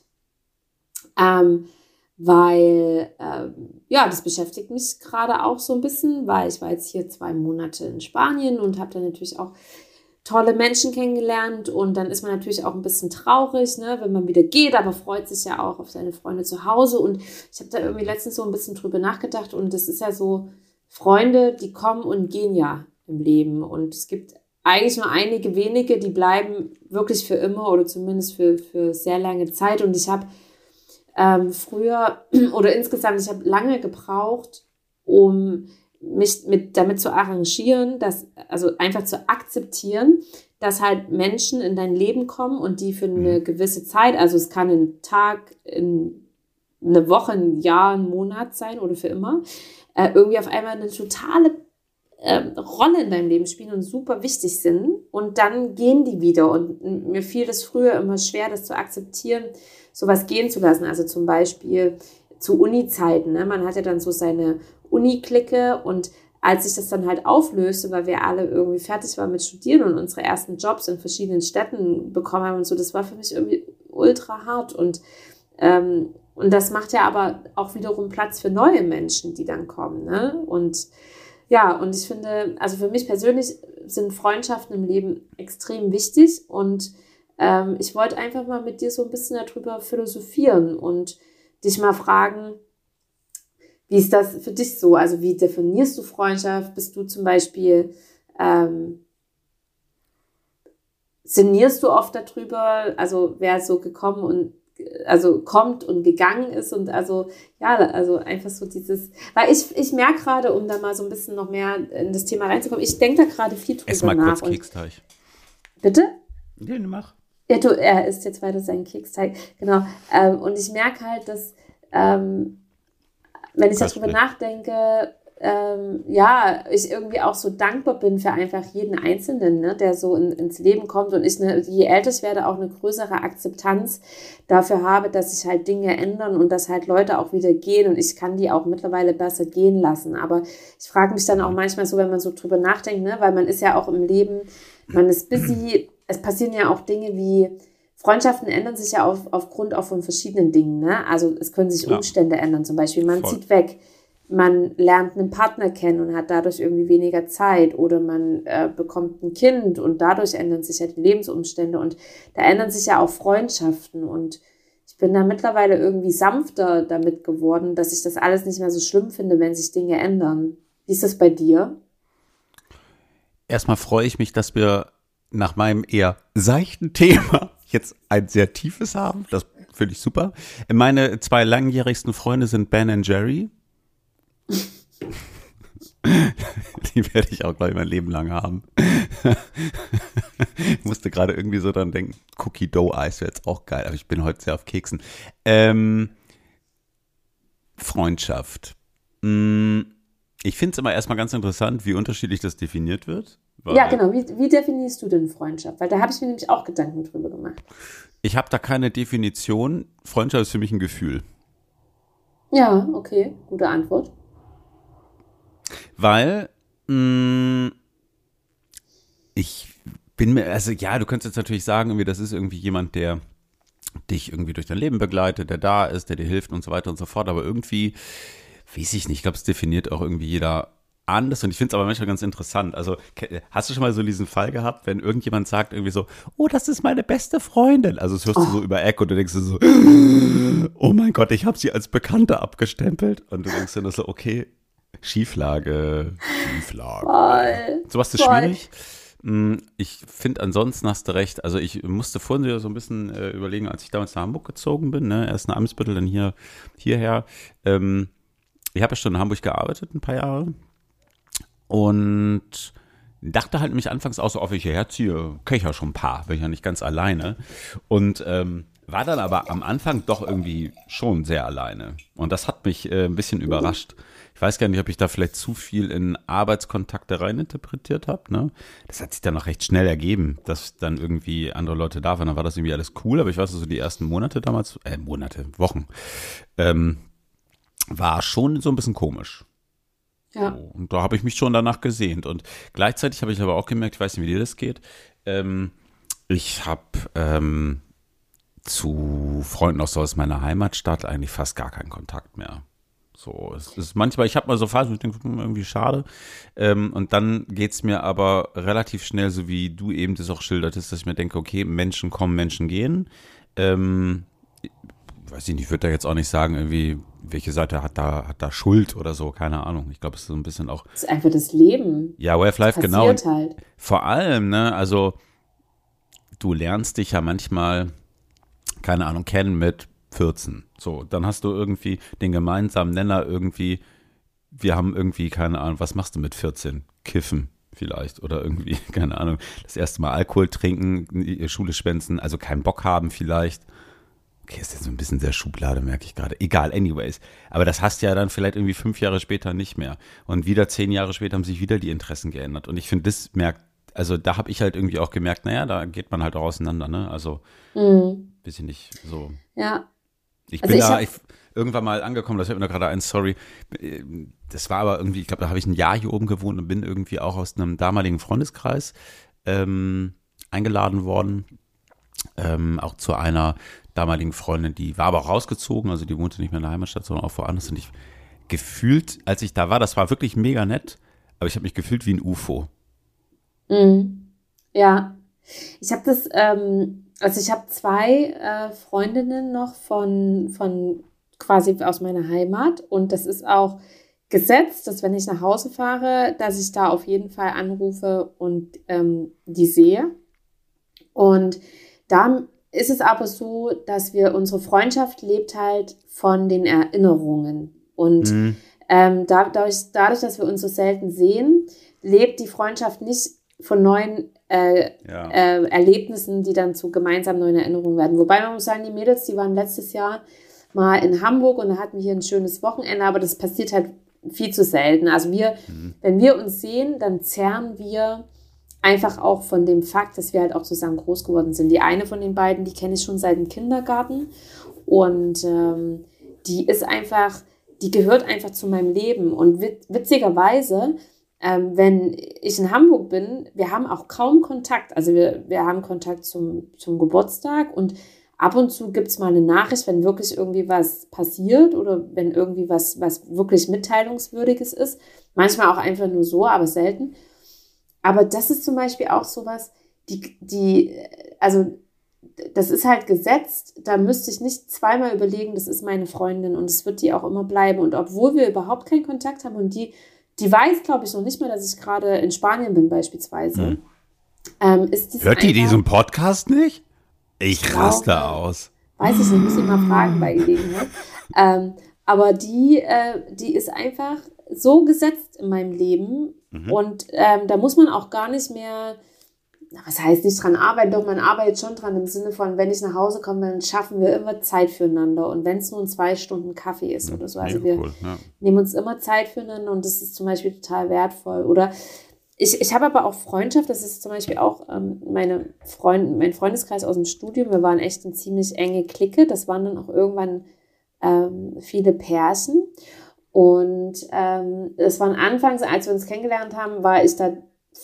Ähm, weil, ähm, ja, das beschäftigt mich gerade auch so ein bisschen, weil ich war jetzt hier zwei Monate in Spanien und habe da natürlich auch tolle Menschen kennengelernt und dann ist man natürlich auch ein bisschen traurig, ne, wenn man wieder geht, aber freut sich ja auch auf seine Freunde zu Hause und ich habe da irgendwie letztens so ein bisschen drüber nachgedacht und das ist ja so, Freunde, die kommen und gehen ja im Leben und es gibt eigentlich nur einige wenige, die bleiben wirklich für immer oder zumindest für, für sehr lange Zeit und ich habe ähm, früher oder insgesamt, ich habe lange gebraucht, um mich mit, damit zu arrangieren, dass, also einfach zu akzeptieren, dass halt Menschen in dein Leben kommen und die für eine gewisse Zeit, also es kann ein Tag, in eine Woche, ein Jahr, ein Monat sein oder für immer, äh, irgendwie auf einmal eine totale äh, Rolle in deinem Leben spielen und super wichtig sind und dann gehen die wieder und mir fiel das früher immer schwer, das zu akzeptieren, sowas gehen zu lassen, also zum Beispiel zu Uni-Zeiten, ne? Man hat ja dann so seine Uni-Clique und als sich das dann halt auflöste, weil wir alle irgendwie fertig waren mit Studieren und unsere ersten Jobs in verschiedenen Städten bekommen haben und so, das war für mich irgendwie ultra hart und, ähm, und das macht ja aber auch wiederum Platz für neue Menschen, die dann kommen, ne? Und ja, und ich finde, also für mich persönlich sind Freundschaften im Leben extrem wichtig und ähm, ich wollte einfach mal mit dir so ein bisschen darüber philosophieren und dich mal fragen, wie ist das für dich so? Also wie definierst du Freundschaft? Bist du zum Beispiel, ähm, sinnierst du oft darüber? Also wer so gekommen und, also kommt und gegangen ist und also, ja, also einfach so dieses, weil ich, ich merke gerade, um da mal so ein bisschen noch mehr in das Thema reinzukommen, ich denke da gerade viel drüber ess mal nach. kurz Und, Keksteig. bitte? Ja, mach. Ja, du, er isst jetzt weiter seinen Keksteig, genau. Ähm, und ich merke halt, dass, ähm, wenn ich darüber Köstlich. nachdenke, ähm, ja, ich irgendwie auch so dankbar bin für einfach jeden Einzelnen, ne, der so in, ins Leben kommt und ich, ne, je älter ich werde, auch eine größere Akzeptanz dafür habe, dass sich halt Dinge ändern und dass halt Leute auch wieder gehen und ich kann die auch mittlerweile besser gehen lassen. Aber ich frage mich dann auch manchmal so, wenn man so drüber nachdenkt, ne, weil man ist ja auch im Leben, man ist busy, es passieren ja auch Dinge wie Freundschaften ändern sich ja auf, aufgrund auch von verschiedenen Dingen, ne? Also es können sich Ja. Umstände ändern, zum Beispiel man Voll. zieht weg, man lernt einen Partner kennen und hat dadurch irgendwie weniger Zeit oder man äh, bekommt ein Kind und dadurch ändern sich ja die Lebensumstände und da ändern sich ja auch Freundschaften und ich bin da mittlerweile irgendwie sanfter damit geworden, dass ich das alles nicht mehr so schlimm finde, wenn sich Dinge ändern. Wie ist das bei dir? Erstmal freue ich mich, dass wir nach meinem eher seichten Thema jetzt ein sehr tiefes haben. Das finde ich super. Meine zwei langjährigsten Freunde sind Ben und Jerry. Die werde ich auch, glaube ich, mein Leben lang haben. Ich musste gerade irgendwie so dran denken, Cookie Dough Eis wäre jetzt auch geil, aber ich bin heute sehr auf Keksen. Ähm, Freundschaft. Mm, Ich finde es immer erstmal ganz interessant, wie unterschiedlich das definiert wird. Ja, genau. Wie, wie definierst du denn Freundschaft? Weil da habe ich mir nämlich auch Gedanken drüber gemacht. Ich habe da keine Definition. Freundschaft ist für mich ein Gefühl. Ja, okay. Gute Antwort. Weil mh, ich bin mir, also ja, du könntest jetzt natürlich sagen, irgendwie, das ist irgendwie jemand, der dich irgendwie durch dein Leben begleitet, der da ist, der dir hilft und so weiter und so fort. Aber irgendwie, weiß ich nicht, ich glaube, es definiert auch irgendwie jeder anders. Und ich finde es aber manchmal ganz interessant. Also hast du schon mal so diesen Fall gehabt, wenn irgendjemand sagt irgendwie so, oh, das ist meine beste Freundin. Also das hörst du so über Eck und du denkst dir so, oh mein Gott, ich habe sie als Bekannte abgestempelt. Und du denkst dir nur so, okay, Schieflage, Schieflage. Voll, Sowas ist voll. schwierig. Ich finde, ansonsten hast du recht. Also ich musste vorhin so ein bisschen äh, überlegen, als ich damals nach Hamburg gezogen bin, ne? Erst nach Eimsbüttel, dann hier, hierher. Ähm, ich habe ja schon in Hamburg gearbeitet, ein paar Jahre. Und dachte halt nämlich anfangs auch so, auf ich hierher ziehe, kenne ich ja schon ein paar, bin ich ja nicht ganz alleine. Und ähm, war dann aber am Anfang doch irgendwie schon sehr alleine. Und das hat mich äh, ein bisschen überrascht. Ich weiß gar nicht, ob ich da vielleicht zu viel in Arbeitskontakte reininterpretiert habe. Ne? Das hat sich dann auch recht schnell ergeben, dass dann irgendwie andere Leute da waren. Dann war das irgendwie alles cool. Aber ich weiß, so die ersten Monate damals, äh, Monate, Wochen, ähm, war schon so ein bisschen komisch. Ja. So, und da habe ich mich schon danach gesehnt. Und gleichzeitig habe ich aber auch gemerkt, ich weiß nicht, wie dir das geht, ähm, ich habe ähm, zu Freunden auch so aus meiner Heimatstadt eigentlich fast gar keinen Kontakt mehr. So, es ist manchmal, ich habe mal so Phasen, wo ich denke, hm, irgendwie schade. Ähm, und dann geht es mir aber relativ schnell, so wie du eben das auch schildertest, dass ich mir denke, okay, Menschen kommen, Menschen gehen. Ähm, weiß ich nicht, ich würde da jetzt auch nicht sagen, irgendwie, welche Seite hat da, hat da Schuld oder so, keine Ahnung. Ich glaube, es ist so ein bisschen auch. Das ist einfach das Leben. Ja, Way of Life, genau. Passiert halt. Vor allem, ne, also du lernst dich ja manchmal, keine Ahnung, kennen mit vierzehn. So, dann hast du irgendwie den gemeinsamen Nenner irgendwie, wir haben irgendwie, keine Ahnung, was machst du mit vierzehn? Kiffen vielleicht oder irgendwie, keine Ahnung, das erste Mal Alkohol trinken, Schule schwänzen, also keinen Bock haben vielleicht. Okay, ist jetzt so ein bisschen sehr Schublade, merke ich gerade. Egal, anyways. Aber das hast ja dann vielleicht irgendwie fünf Jahre später nicht mehr. Und wieder zehn Jahre später haben sich wieder die Interessen geändert. Und ich finde, das merkt, also da habe ich halt irgendwie auch gemerkt, naja, da geht man halt auch auseinander, ne? Also, Mhm. weiß ich nicht, so. Ja. Ich Also bin ich da hab- ich, irgendwann mal angekommen, das fällt mir da gerade ein, sorry. Das war aber irgendwie, ich glaube, da habe ich ein Jahr hier oben gewohnt und bin irgendwie auch aus einem damaligen Freundeskreis ähm, eingeladen worden. Ähm, auch zu einer damaligen Freundin, die war aber auch rausgezogen, also die wohnte nicht mehr in der Heimatstadt, sondern auch woanders. Und ich gefühlt, als ich da war, das war wirklich mega nett, aber ich habe mich gefühlt wie ein U F O. Mhm. Ja. Ich habe das, ähm, also ich habe zwei äh, Freundinnen noch von, von quasi aus meiner Heimat und das ist auch gesetzt, dass wenn ich nach Hause fahre, dass ich da auf jeden Fall anrufe und ähm, die sehe. Und da ist es aber so, dass wir, unsere Freundschaft lebt halt von den Erinnerungen. Und Mhm. ähm, da, dadurch, dadurch, dass wir uns so selten sehen, lebt die Freundschaft nicht von neuen äh, Ja. äh, Erlebnissen, die dann zu gemeinsamen neuen Erinnerungen werden. Wobei man muss sagen, die Mädels, die waren letztes Jahr mal in Hamburg und da hatten wir hier ein schönes Wochenende, aber das passiert halt viel zu selten. Also wir, Mhm. wenn wir uns sehen, dann zehren wir einfach auch von dem Fakt, dass wir halt auch zusammen groß geworden sind. Die eine von den beiden, die kenne ich schon seit dem Kindergarten und ähm, die ist einfach, die gehört einfach zu meinem Leben und wit- witzigerweise, ähm, wenn ich in Hamburg bin, wir haben auch kaum Kontakt, also wir, wir haben Kontakt zum, zum Geburtstag und ab und zu gibt es mal eine Nachricht, wenn wirklich irgendwie was passiert oder wenn irgendwie was, was wirklich Mitteilungswürdiges ist. Manchmal auch einfach nur so, aber selten. Aber das ist zum Beispiel auch sowas, die, die, also das ist halt gesetzt, da müsste ich nicht zweimal überlegen, das ist meine Freundin und es wird die auch immer bleiben. Und obwohl wir überhaupt keinen Kontakt haben und die, die weiß, glaube ich, noch nicht mal, dass ich gerade in Spanien bin beispielsweise, Mhm. ähm, ist dies Hört die einfach- diesen Podcast nicht? Ich Ich raste glaube- aus. Weiß ich nicht, muss ich mal fragen bei Gelegenheit. ähm, aber die, äh, die ist einfach so gesetzt in meinem Leben Mhm. und ähm, da muss man auch gar nicht mehr, na, was heißt nicht dran arbeiten, doch man arbeitet schon dran im Sinne von, wenn ich nach Hause komme, dann schaffen wir immer Zeit füreinander und wenn es nur ein zwei Stunden Kaffee ist oder so, also Mega wir cool, ja. nehmen uns immer Zeit füreinander und das ist zum Beispiel total wertvoll oder Ich, ich habe aber auch Freundschaft, das ist zum Beispiel auch ähm, meine Freund, mein Freundeskreis aus dem Studium. Wir waren echt eine ziemlich enge Clique. Das waren dann auch irgendwann ähm, viele Pärchen. Und ähm, das waren anfangs, als wir uns kennengelernt haben, war ich da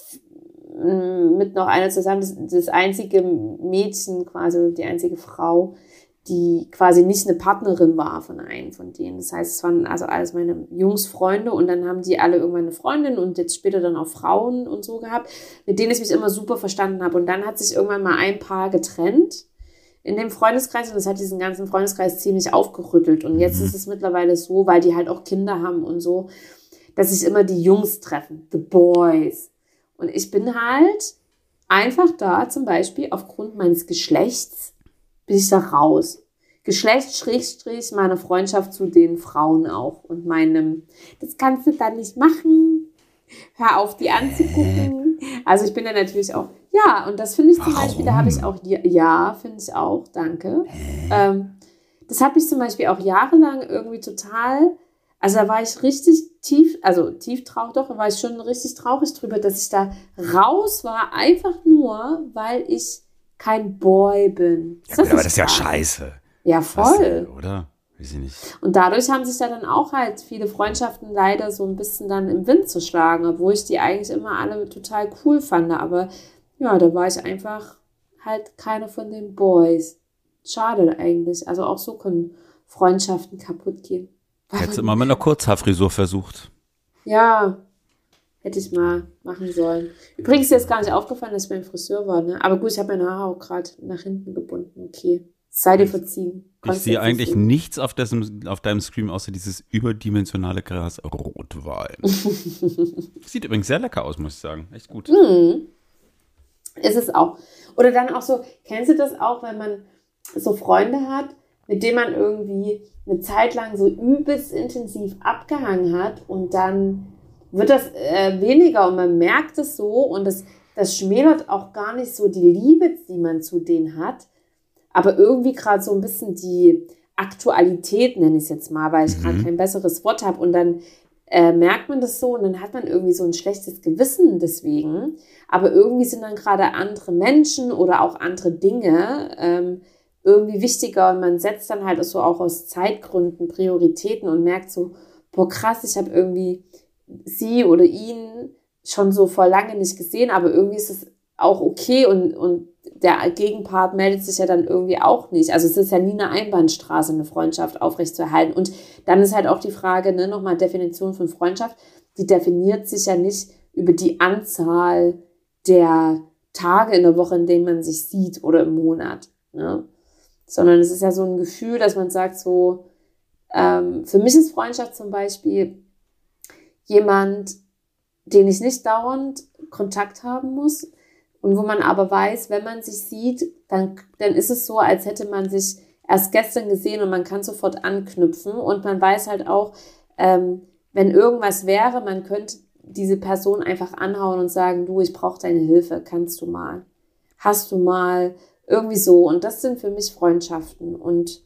mit noch einer zusammen, das, das einzige Mädchen quasi, die einzige Frau, die quasi nicht eine Partnerin war von einem von denen. Das heißt, es waren also alles meine Jungsfreunde und dann haben die alle irgendwann eine Freundin und jetzt später dann auch Frauen und so gehabt, mit denen ich mich immer super verstanden habe. Und dann hat sich irgendwann mal ein Paar getrennt in dem Freundeskreis und das hat diesen ganzen Freundeskreis ziemlich aufgerüttelt. Und jetzt ist es mittlerweile so, weil die halt auch Kinder haben und so, dass sich immer die Jungs treffen, the boys. Und ich bin halt einfach da zum Beispiel aufgrund meines Geschlechts bin ich da raus. Geschlecht, Schrägstrich, meine Freundschaft zu den Frauen auch und meinem, das kannst du dann nicht machen, hör auf, die anzugucken. Also ich bin da natürlich auch, ja, und das finde ich zum Warum? Beispiel, da habe ich auch, ja, finde ich auch, danke. Ähm, das habe ich zum Beispiel auch jahrelang irgendwie total, also da war ich richtig tief, also tief traurig, doch, da war ich schon richtig traurig drüber, dass ich da raus war, einfach nur, weil ich kein Boy bin. Ja, gut, aber das ist ja scheiße. Ja, voll. Was, oder? Weiß ich nicht. Und dadurch haben sich da dann auch halt viele Freundschaften leider so ein bisschen dann im Wind zu schlagen, obwohl ich die eigentlich immer alle total cool fand. Aber ja, da war ich einfach halt keine von den Boys. Schade eigentlich. Also auch so können Freundschaften kaputt gehen. Hättest du mal mit einer Kurzhaarfrisur versucht. Ja, hätte ich mal machen sollen. Übrigens ist jetzt gar nicht aufgefallen, dass ich beim Friseur war, ne? Aber gut, ich habe meine Haare auch gerade nach hinten gebunden. Okay. Sei dir verziehen. Ich sehe eigentlich sehen. nichts auf, dessen, auf deinem Screen, außer dieses überdimensionale Gras Rotwein. Sieht übrigens sehr lecker aus, muss ich sagen. Echt gut. Mm. Ist es auch. Oder dann auch so, kennst du das auch, wenn man so Freunde hat, mit denen man irgendwie eine Zeit lang so übelst intensiv abgehangen hat und dann wird das äh, weniger und man merkt es so und das, das schmälert auch gar nicht so die Liebe, die man zu denen hat, aber irgendwie gerade so ein bisschen die Aktualität, nenne ich es jetzt mal, weil ich gerade Mhm. kein besseres Wort habe und dann äh, merkt man das so und dann hat man irgendwie so ein schlechtes Gewissen deswegen, aber irgendwie sind dann gerade andere Menschen oder auch andere Dinge ähm, irgendwie wichtiger und man setzt dann halt so auch aus Zeitgründen Prioritäten und merkt so, boah krass, ich habe irgendwie sie oder ihn schon so vor lange nicht gesehen, aber irgendwie ist es auch okay und, und der Gegenpart meldet sich ja dann irgendwie auch nicht. Also es ist ja nie eine Einbahnstraße, eine Freundschaft aufrechtzuerhalten. Und dann ist halt auch die Frage, ne, nochmal Definition von Freundschaft, die definiert sich ja nicht über die Anzahl der Tage in der Woche, in denen man sich sieht oder im Monat, ne? Sondern es ist ja so ein Gefühl, dass man sagt so, ähm, für mich ist Freundschaft zum Beispiel jemand, den ich nicht dauernd Kontakt haben muss und wo man aber weiß, wenn man sich sieht, dann, dann ist es so, als hätte man sich erst gestern gesehen und man kann sofort anknüpfen und man weiß halt auch, ähm, wenn irgendwas wäre, man könnte diese Person einfach anhauen und sagen, du, ich brauche deine Hilfe, kannst du mal, hast du mal, irgendwie so. Und das sind für mich Freundschaften und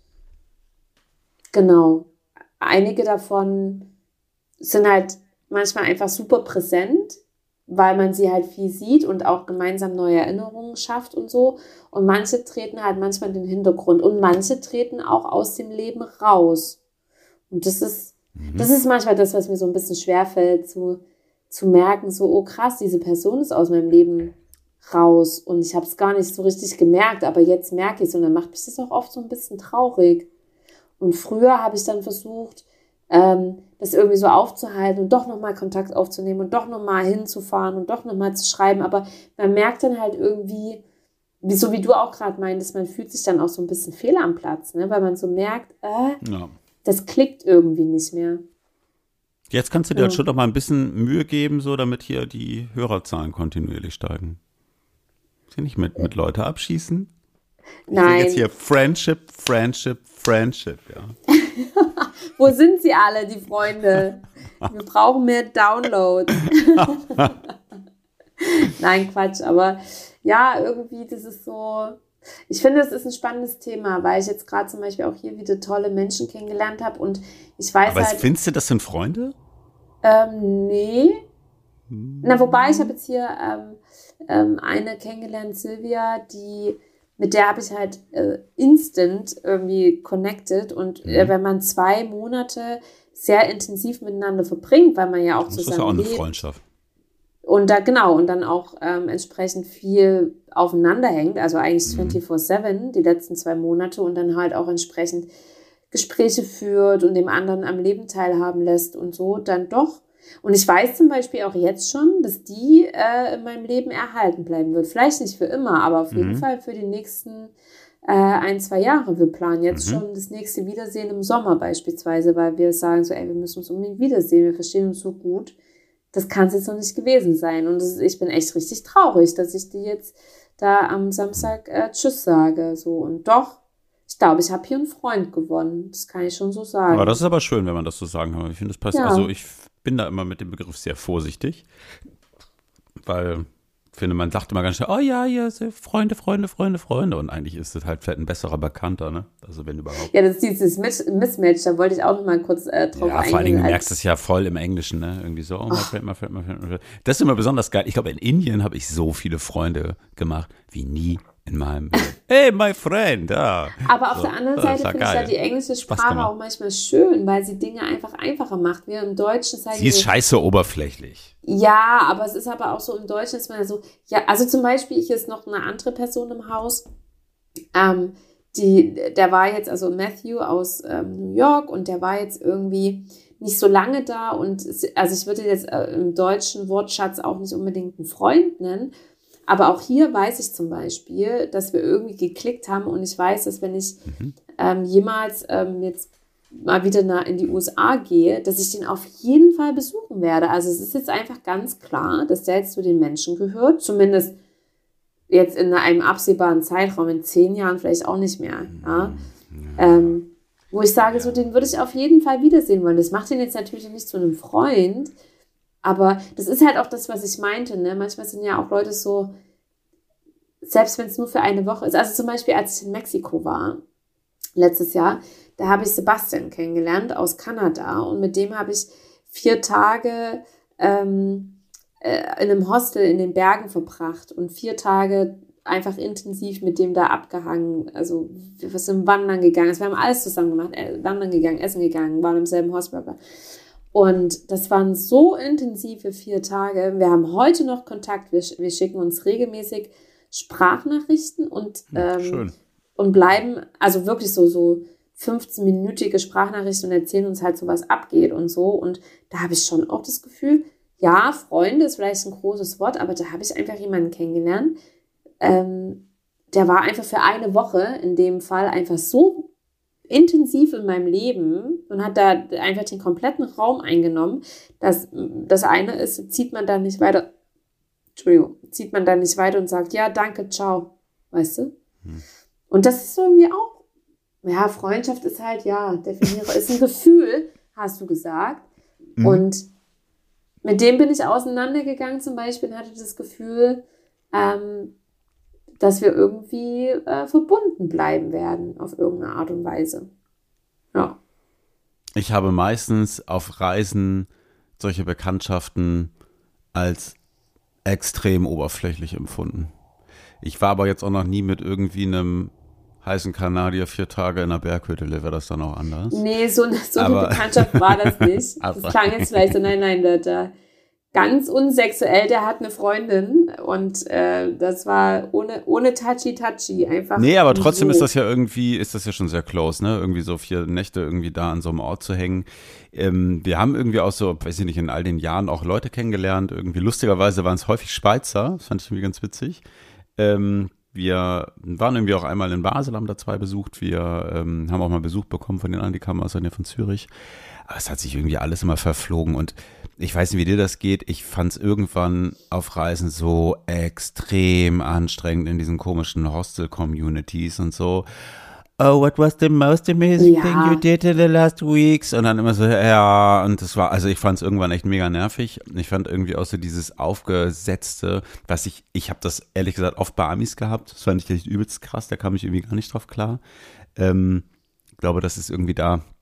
genau, einige davon sind halt manchmal einfach super präsent, weil man sie halt viel sieht und auch gemeinsam neue Erinnerungen schafft und so. Und manche treten halt manchmal in den Hintergrund und manche treten auch aus dem Leben raus. Und das ist, mhm. das ist manchmal das, was mir so ein bisschen schwerfällt, zu, zu merken, so, oh krass, diese Person ist aus meinem Leben raus. Und ich habe es gar nicht so richtig gemerkt, aber jetzt merke ich es und dann macht mich das auch oft so ein bisschen traurig. Und früher habe ich dann versucht, ähm, das irgendwie so aufzuhalten und doch nochmal Kontakt aufzunehmen und doch nochmal hinzufahren und doch nochmal zu schreiben. Aber man merkt dann halt irgendwie, wie, so wie du auch gerade meintest, man fühlt sich dann auch so ein bisschen fehl am Platz, ne? Weil man so merkt, äh, ja. das klickt irgendwie nicht mehr. Jetzt kannst du dir ja. halt schon noch mal ein bisschen Mühe geben, so damit hier die Hörerzahlen kontinuierlich steigen. Ist ja nicht mit, mit Leute abschießen. Ich Nein. Jetzt hier Friendship, Friendship, Friendship, ja. Wo sind sie alle, die Freunde? Wir brauchen mehr Downloads. Nein, Quatsch, aber ja, irgendwie, das ist so, ich finde, das ist ein spannendes Thema, weil ich jetzt gerade zum Beispiel auch hier wieder tolle Menschen kennengelernt habe und ich weiß aber halt. Findest du, das sind Freunde? Ähm, nee. Na, wobei, ich habe jetzt hier ähm, ähm, eine kennengelernt, Silvia, die, mit der habe ich halt äh, instant irgendwie connected. Und Mhm. äh, wenn man zwei Monate sehr intensiv miteinander verbringt, weil man ja auch Das ist zusammen ja auch eine lebt. Freundschaft. Und da, genau, und dann auch ähm, entsprechend viel aufeinander hängt, also eigentlich Mhm. vierundzwanzig sieben, die letzten zwei Monate, und dann halt auch entsprechend Gespräche führt und dem anderen am Leben teilhaben lässt und so, dann doch. Und ich weiß zum Beispiel auch jetzt schon, dass die äh, in meinem Leben erhalten bleiben wird. Vielleicht nicht für immer, aber auf jeden Mhm. Fall für die nächsten äh, ein, zwei Jahre. Wir planen jetzt Mhm. schon das nächste Wiedersehen im Sommer beispielsweise, weil wir sagen so, ey, wir müssen uns unbedingt wiedersehen, wir verstehen uns so gut. Das kann es jetzt noch nicht gewesen sein. Und das ist, ich bin echt richtig traurig, dass ich die jetzt da am Samstag äh, Tschüss sage. So. Und doch, ich glaube, ich habe hier einen Freund gewonnen. Das kann ich schon so sagen. Aber das ist aber schön, wenn man das so sagen kann. Ich finde, das passt. Ja. Also ich bin da immer mit dem Begriff sehr vorsichtig, weil ich finde, man sagt immer ganz schnell, oh ja, ja, Freunde, Freunde, Freunde, Freunde. Und eigentlich ist es halt vielleicht ein besserer Bekannter, ne? Also wenn überhaupt. Ja, das ist dieses Mis- Mismatch, da wollte ich auch noch mal kurz äh, drauf Ja, eingehen. vor allen Dingen, du als- merkst es ja voll im Englischen, ne? Irgendwie so, oh, my friend, my friend, my friend, my friend. Das ist immer besonders geil. Ich glaube, in Indien habe ich so viele Freunde gemacht, wie nie in meinem Leben. Hey, my friend, ja. Aber auf So, der anderen das Seite war finde ich geil. ja die englische Spaß Sprache gemacht. auch manchmal schön, weil sie Dinge einfach einfacher macht. Wir im Deutschen sagen Sie ist so, scheiße oberflächlich. ja, aber es ist aber auch so im Deutschen, ist man ja so, ja, also zum Beispiel, hier ist noch eine andere Person im Haus, ähm, die, der war jetzt, also Matthew aus ähm, New York, und der war jetzt irgendwie nicht so lange da, und es- also ich würde jetzt äh, im deutschen Wortschatz auch nicht unbedingt einen Freund nennen, aber auch hier weiß ich zum Beispiel, dass wir irgendwie geklickt haben, und ich weiß, dass wenn ich Mhm. ähm, jemals ähm, jetzt mal wieder nach, in die U S A gehe, dass ich den auf jeden Fall besuchen werde. Also es ist jetzt einfach ganz klar, dass der jetzt zu den Menschen gehört, zumindest jetzt in einem absehbaren Zeitraum, in zehn Jahren vielleicht auch nicht mehr. Ja? Ähm, wo ich sage, so den würde ich auf jeden Fall wiedersehen wollen. Das macht ihn jetzt natürlich nicht zu einem Freund, aber das ist halt auch das, was ich meinte. Ne? Manchmal sind ja auch Leute so, selbst wenn es nur für eine Woche ist. Also zum Beispiel, als ich in Mexiko war, letztes Jahr, da habe ich Sebastian kennengelernt aus Kanada, und mit dem habe ich vier Tage ähm, äh, in einem Hostel in den Bergen verbracht und vier Tage einfach intensiv mit dem da abgehangen. Also wir sind wandern gegangen, also wir haben alles zusammen gemacht, äh, wandern gegangen, essen gegangen, waren im selben Hostel. Und das waren so intensive vier Tage. Wir haben heute noch Kontakt, wir, wir schicken uns regelmäßig Sprachnachrichten und ähm, Schön. und bleiben, also wirklich so, so fünfzehn-minütige Sprachnachrichten, und erzählen uns halt so, was abgeht und so. Und da habe ich schon auch das Gefühl, ja, Freunde ist vielleicht ein großes Wort, aber da habe ich einfach jemanden kennengelernt, ähm, der war einfach für eine Woche in dem Fall einfach so intensiv in meinem Leben und hat da einfach den kompletten Raum eingenommen, dass das eine ist, zieht man dann nicht weiter, Entschuldigung, zieht man dann nicht weiter und sagt, ja, danke, ciao, weißt du? Hm. Und das ist irgendwie auch, ja, Freundschaft ist halt, ja, definiere, ist ein Gefühl, hast du gesagt. Mhm. Und mit dem bin ich auseinandergegangen zum Beispiel und hatte das Gefühl, ähm, dass wir irgendwie äh, verbunden bleiben werden auf irgendeine Art und Weise. Ja. Ich habe meistens auf Reisen solche Bekanntschaften als extrem oberflächlich empfunden. Ich war aber jetzt auch noch nie mit irgendwie einem heißen Kanadier vier Tage in einer Berghütte. Wäre das dann auch anders? Nee, so, eine- so Aber- eine Bekanntschaft war das nicht. Aber- Das klang jetzt vielleicht so, nein, nein, der, der ganz unsexuell, der hat eine Freundin und äh, das war ohne, ohne Touchy-Touchy einfach. Nee, aber trotzdem so. ist das ja irgendwie, ist das ja schon sehr close, ne? Irgendwie so vier Nächte irgendwie da an so einem Ort zu hängen. Ähm, wir haben irgendwie auch so, weiß ich nicht, in all den Jahren auch Leute kennengelernt. Irgendwie lustigerweise waren es häufig Schweizer. Das fand ich irgendwie ganz witzig. Ähm, wir waren irgendwie auch einmal in Basel, haben da zwei besucht. Wir ähm, haben auch mal Besuch bekommen von den anderen, die kamen aus der Nähe von Zürich. Aber es hat sich irgendwie alles immer verflogen und ich weiß nicht, wie dir das geht. Ich fand es irgendwann auf Reisen so extrem anstrengend in diesen komischen Hostel-Communities und so. Oh, what was the most amazing Ja. thing you did in the last weeks? Und dann immer so, ja, und das war, also ich fand es irgendwann echt mega nervig. Ich fand irgendwie auch so dieses Aufgesetzte, was ich, ich habe das ehrlich gesagt oft bei Amis gehabt. Das fand ich echt übelst krass, da kam ich irgendwie gar nicht drauf klar. Ähm, ich glaube, das ist irgendwie da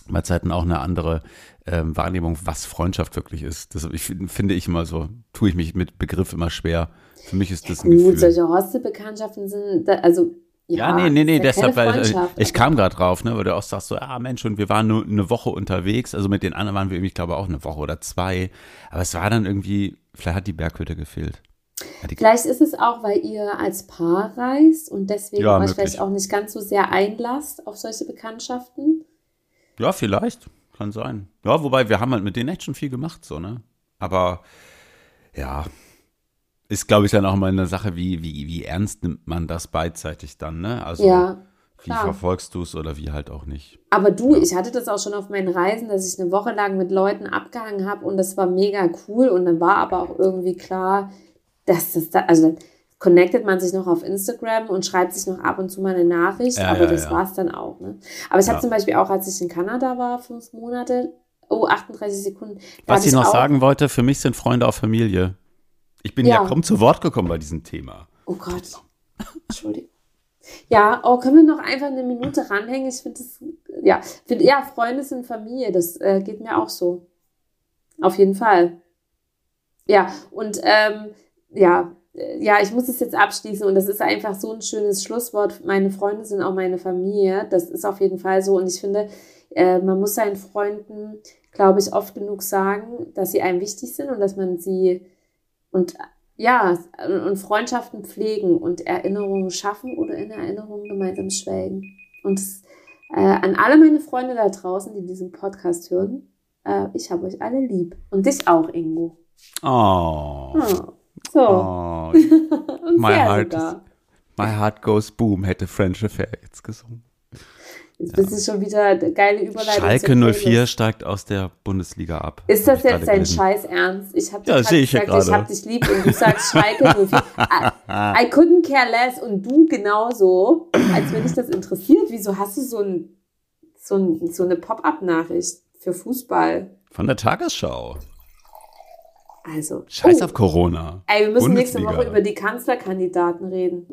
bei Zeiten auch eine andere ähm, Wahrnehmung, was Freundschaft wirklich ist. Das ich, finde ich immer so, tue ich mich mit Begriff immer schwer. Für mich ist das ein Gut, Gefühl. solche Hostelbekanntschaften sind, da, also ja, Ja, nee, nee, nee, ist ja deshalb, weil äh, Freundschaft, ich aber- kam gerade drauf, ne, weil du auch sagst so, ah Mensch, und wir waren nur eine Woche unterwegs, also mit den anderen waren wir irgendwie, ich glaube auch eine Woche oder zwei, aber es war dann irgendwie, vielleicht hat die Berghütte gefehlt. Hat die, Vielleicht ist es auch, weil ihr als Paar reist und deswegen Ja, euch möglich. vielleicht auch nicht ganz so sehr einlasst auf solche Bekanntschaften. ja, vielleicht, kann sein. Ja, wobei, wir haben halt mit denen echt schon viel gemacht, so, ne, aber, ja, ist, glaube ich, dann auch mal eine Sache, wie, wie, wie ernst nimmt man das beidseitig dann, ne, also, Ja, wie klar. verfolgst du es oder wie halt auch nicht. Aber du, ich hatte das auch schon auf meinen Reisen, dass ich eine Woche lang mit Leuten abgehangen habe und das war mega cool und dann war aber auch irgendwie klar, dass das da, also dann connectet man sich noch auf Instagram und schreibt sich noch ab und zu mal eine Nachricht, Ja, aber ja, das ja. war es dann auch. Ne? Aber ich habe Ja. zum Beispiel auch, als ich in Kanada war, fünf Monate, oh, achtunddreißig Sekunden. da Was hatte ich noch auch, sagen wollte, für mich sind Freunde auch Familie. Ich bin ja, Ja. kaum zu Wort gekommen bei diesem Thema. Oh Gott, Entschuldigung. Ja, oh, können wir noch einfach eine Minute ranhängen? Ich finde das, ja, find, ja, Freunde sind Familie, das äh, geht mir auch so. Auf jeden Fall. Ja, und ähm, ja, äh, ja, ich muss es jetzt abschließen und das ist einfach so ein schönes Schlusswort. Meine Freunde sind auch meine Familie, das ist auf jeden Fall so und ich finde, äh, man muss seinen Freunden, glaube ich, oft genug sagen, dass sie einem wichtig sind und dass man sie und ja, und Freundschaften pflegen und Erinnerungen schaffen oder in Erinnerungen gemeinsam schwelgen. Und äh, an alle meine Freunde da draußen, die diesen Podcast hören, äh, ich habe euch alle lieb. Und dich auch, Ingo. Oh. Oh, so. Oh. Und My sehr heart, sogar. my heart goes boom, hätte French Affair jetzt gesungen. Jetzt bist du schon wieder eine geile Überleitung. Schalke zur null vier Playlist. steigt aus der Bundesliga ab. Ist Hab das ich jetzt gerade dein gelesen. Scheiß Ernst? Ich habe Ja, sehe ich ja gesagt, ich gerade. hab dich lieb und du sagst Schalke null vier. I, I couldn't care less und du genauso, als wenn dich das interessiert. Wieso hast du so, ein, so, ein, so eine Pop-up-Nachricht für Fußball? Von der Tagesschau. Also, Scheiß oh, auf Corona. ey, wir müssen nächste Bundesliga. Woche über die Kanzlerkandidaten reden.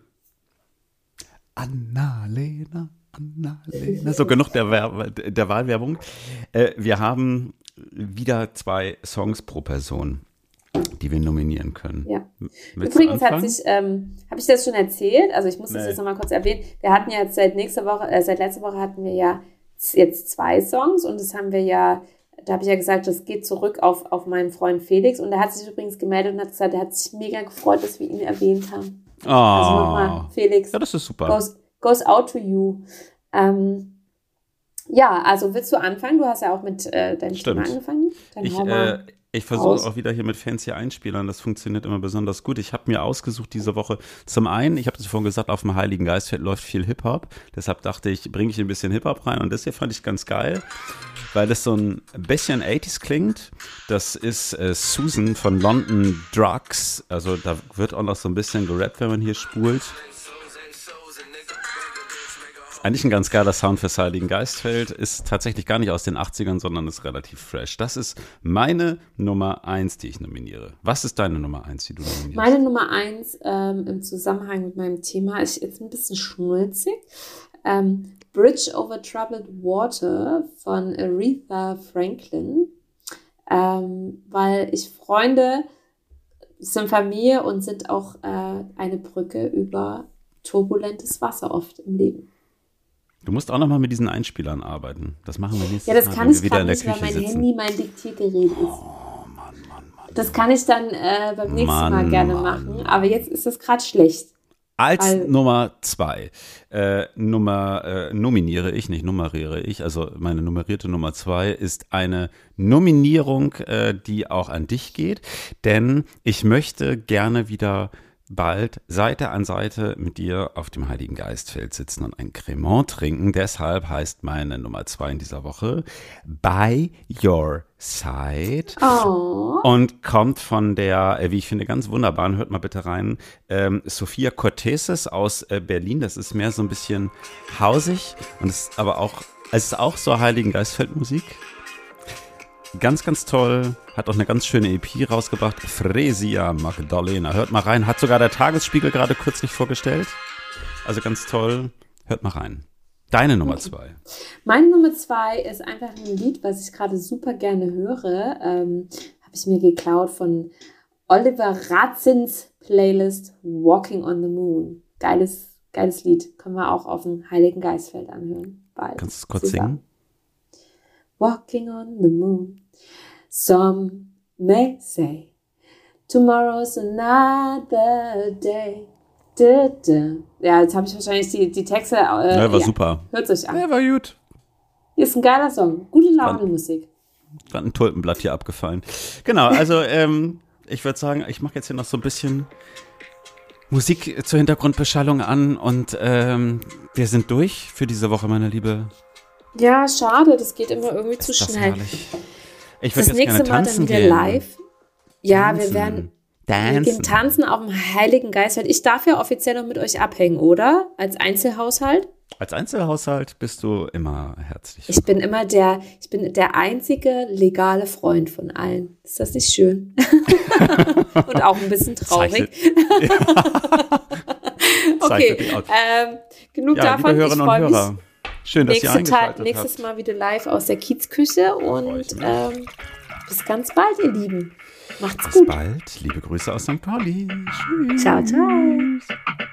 Annalena, Annalena. So, genug der, Werb der Wahlwerbung. Äh, wir haben wieder zwei Songs pro Person, die wir nominieren können. Ja. Willst du Übrigens hat anfangen? sich, ähm, habe ich das schon erzählt? Also ich muss das Nee. jetzt nochmal kurz erwähnen. Wir hatten ja jetzt seit nächster Woche, äh, seit letzter Woche hatten wir ja z- jetzt zwei Songs und das haben wir ja, da habe ich ja gesagt, das geht zurück auf, auf meinen Freund Felix und der hat sich übrigens gemeldet und hat gesagt, er hat sich mega gefreut, dass wir ihn erwähnt haben. Oh. Also nochmal, Felix, Ja, das ist super. goes, goes out to you. Ähm, ja, also willst du anfangen? Du hast ja auch mit äh, deinem Stimmt. Thema angefangen. Dann Ich, hau mal. äh, ich versuche raus. auch wieder hier mit fancy Einspielern, das funktioniert immer besonders gut. Ich habe mir ausgesucht diese Woche, zum einen, ich habe das vorhin gesagt, auf dem Heiligen Geistfeld läuft viel Hip-Hop, deshalb dachte ich, bringe ich ein bisschen Hip-Hop rein und das hier fand ich ganz geil, weil das so ein bisschen achtziger klingt. Das ist äh, Susan von London Drugs, also da wird auch noch so ein bisschen gerappt, wenn man hier spult. Eigentlich ein ganz geiler Sound fürs Heiligen Geistfeld, ist tatsächlich gar nicht aus den achtzigern, sondern ist relativ fresh. Das ist meine Nummer eins, die ich nominiere. Was ist deine Nummer eins, die du nominierst? Meine Nummer eins ähm, im Zusammenhang mit meinem Thema ist jetzt ein bisschen schnulzig. Ähm, Bridge over Troubled Water von Aretha Franklin. Ähm, weil ich Freunde sind Familie und sind auch äh, eine Brücke über turbulentes Wasser oft im Leben. Du musst auch noch mal mit diesen Einspielern arbeiten. Das machen wir nächstes Ja, das Mal, kann wenn ich wir wieder in gerade der nicht, weil Küche mein sitzen. Handy mein Diktiergerät ist. Oh, Mann, Mann, Mann. Das kann ich dann äh, beim nächsten Mann, Mal gerne Mann, machen, Mann. aber jetzt ist das gerade schlecht. Als Weil- Nummer zwei äh, Nummer, äh, nominiere ich, nicht nummeriere ich, also meine nummerierte Nummer zwei ist eine Nominierung, äh, die auch an dich geht, denn ich möchte gerne wieder bald Seite an Seite mit dir auf dem Heiligen Geistfeld sitzen und ein Cremant trinken. Deshalb heißt meine Nummer zwei in dieser Woche By Your Side. Oh. Und kommt von der, äh, wie ich finde, ganz wunderbaren, hört mal bitte rein, ähm, Sophia Corteses aus äh, Berlin. Das ist mehr so ein bisschen hausig und es ist aber auch, es ist auch so Heiligen Geistfeld-Musik. Ganz, ganz toll. Hat auch eine ganz schöne E P rausgebracht. Fresia Magdalena. Hört mal rein. Hat sogar der Tagesspiegel gerade kürzlich vorgestellt. Also ganz toll. Hört mal rein. Deine Nummer zwei. Meine Nummer zwei ist einfach ein Lied, was ich gerade super gerne höre. Ähm, Habe ich mir geklaut von Oliver Ratzins Playlist Walking on the Moon. Geiles, geiles Lied. Können wir auch auf dem Heiligen Geistfeld anhören. Bald. Kannst du es kurz Zusammen. singen? Walking on the moon. Some may say tomorrow's another day. Da, da. Ja, jetzt habe ich wahrscheinlich die, die Texte. Äh, Ja, war ja. super. Hört euch an. Ja, war gut. Ist ein geiler Song. Gute Laune-Musik. Gerade ein Tulpenblatt hier abgefallen. Genau, also ähm, ich würde sagen, ich mache jetzt hier noch so ein bisschen Musik zur Hintergrundbeschallung an und ähm, wir sind durch für diese Woche, meine Liebe. Ja, schade, das geht immer irgendwie zu Ist das schnell. herrlich. Ich Das würde jetzt nächste gerne Mal dann tanzen wieder gehen. live. Ja, Tanzen. wir werden wir Dancen. gehen tanzen auf dem Heiligen Geistfeld. Ich darf ja offiziell noch mit euch abhängen, oder? Als Einzelhaushalt. Als Einzelhaushalt bist du immer herzlich. Ich bin immer der, ich bin der einzige legale Freund von allen. Ist das nicht schön? Und auch ein bisschen traurig. Okay, ähm, genug Ja, davon. liebe Ich Hörerinnen freue und mich. Hörer, schön, dass ihr Nächste Teil, eingeschaltet nächstes habt. Mal wieder live aus der Kiezküche und ähm, bis ganz bald, ihr Lieben. Macht's Bis gut. bald. Liebe Grüße aus Sankt Pauli. Tschüss. Ciao, ciao.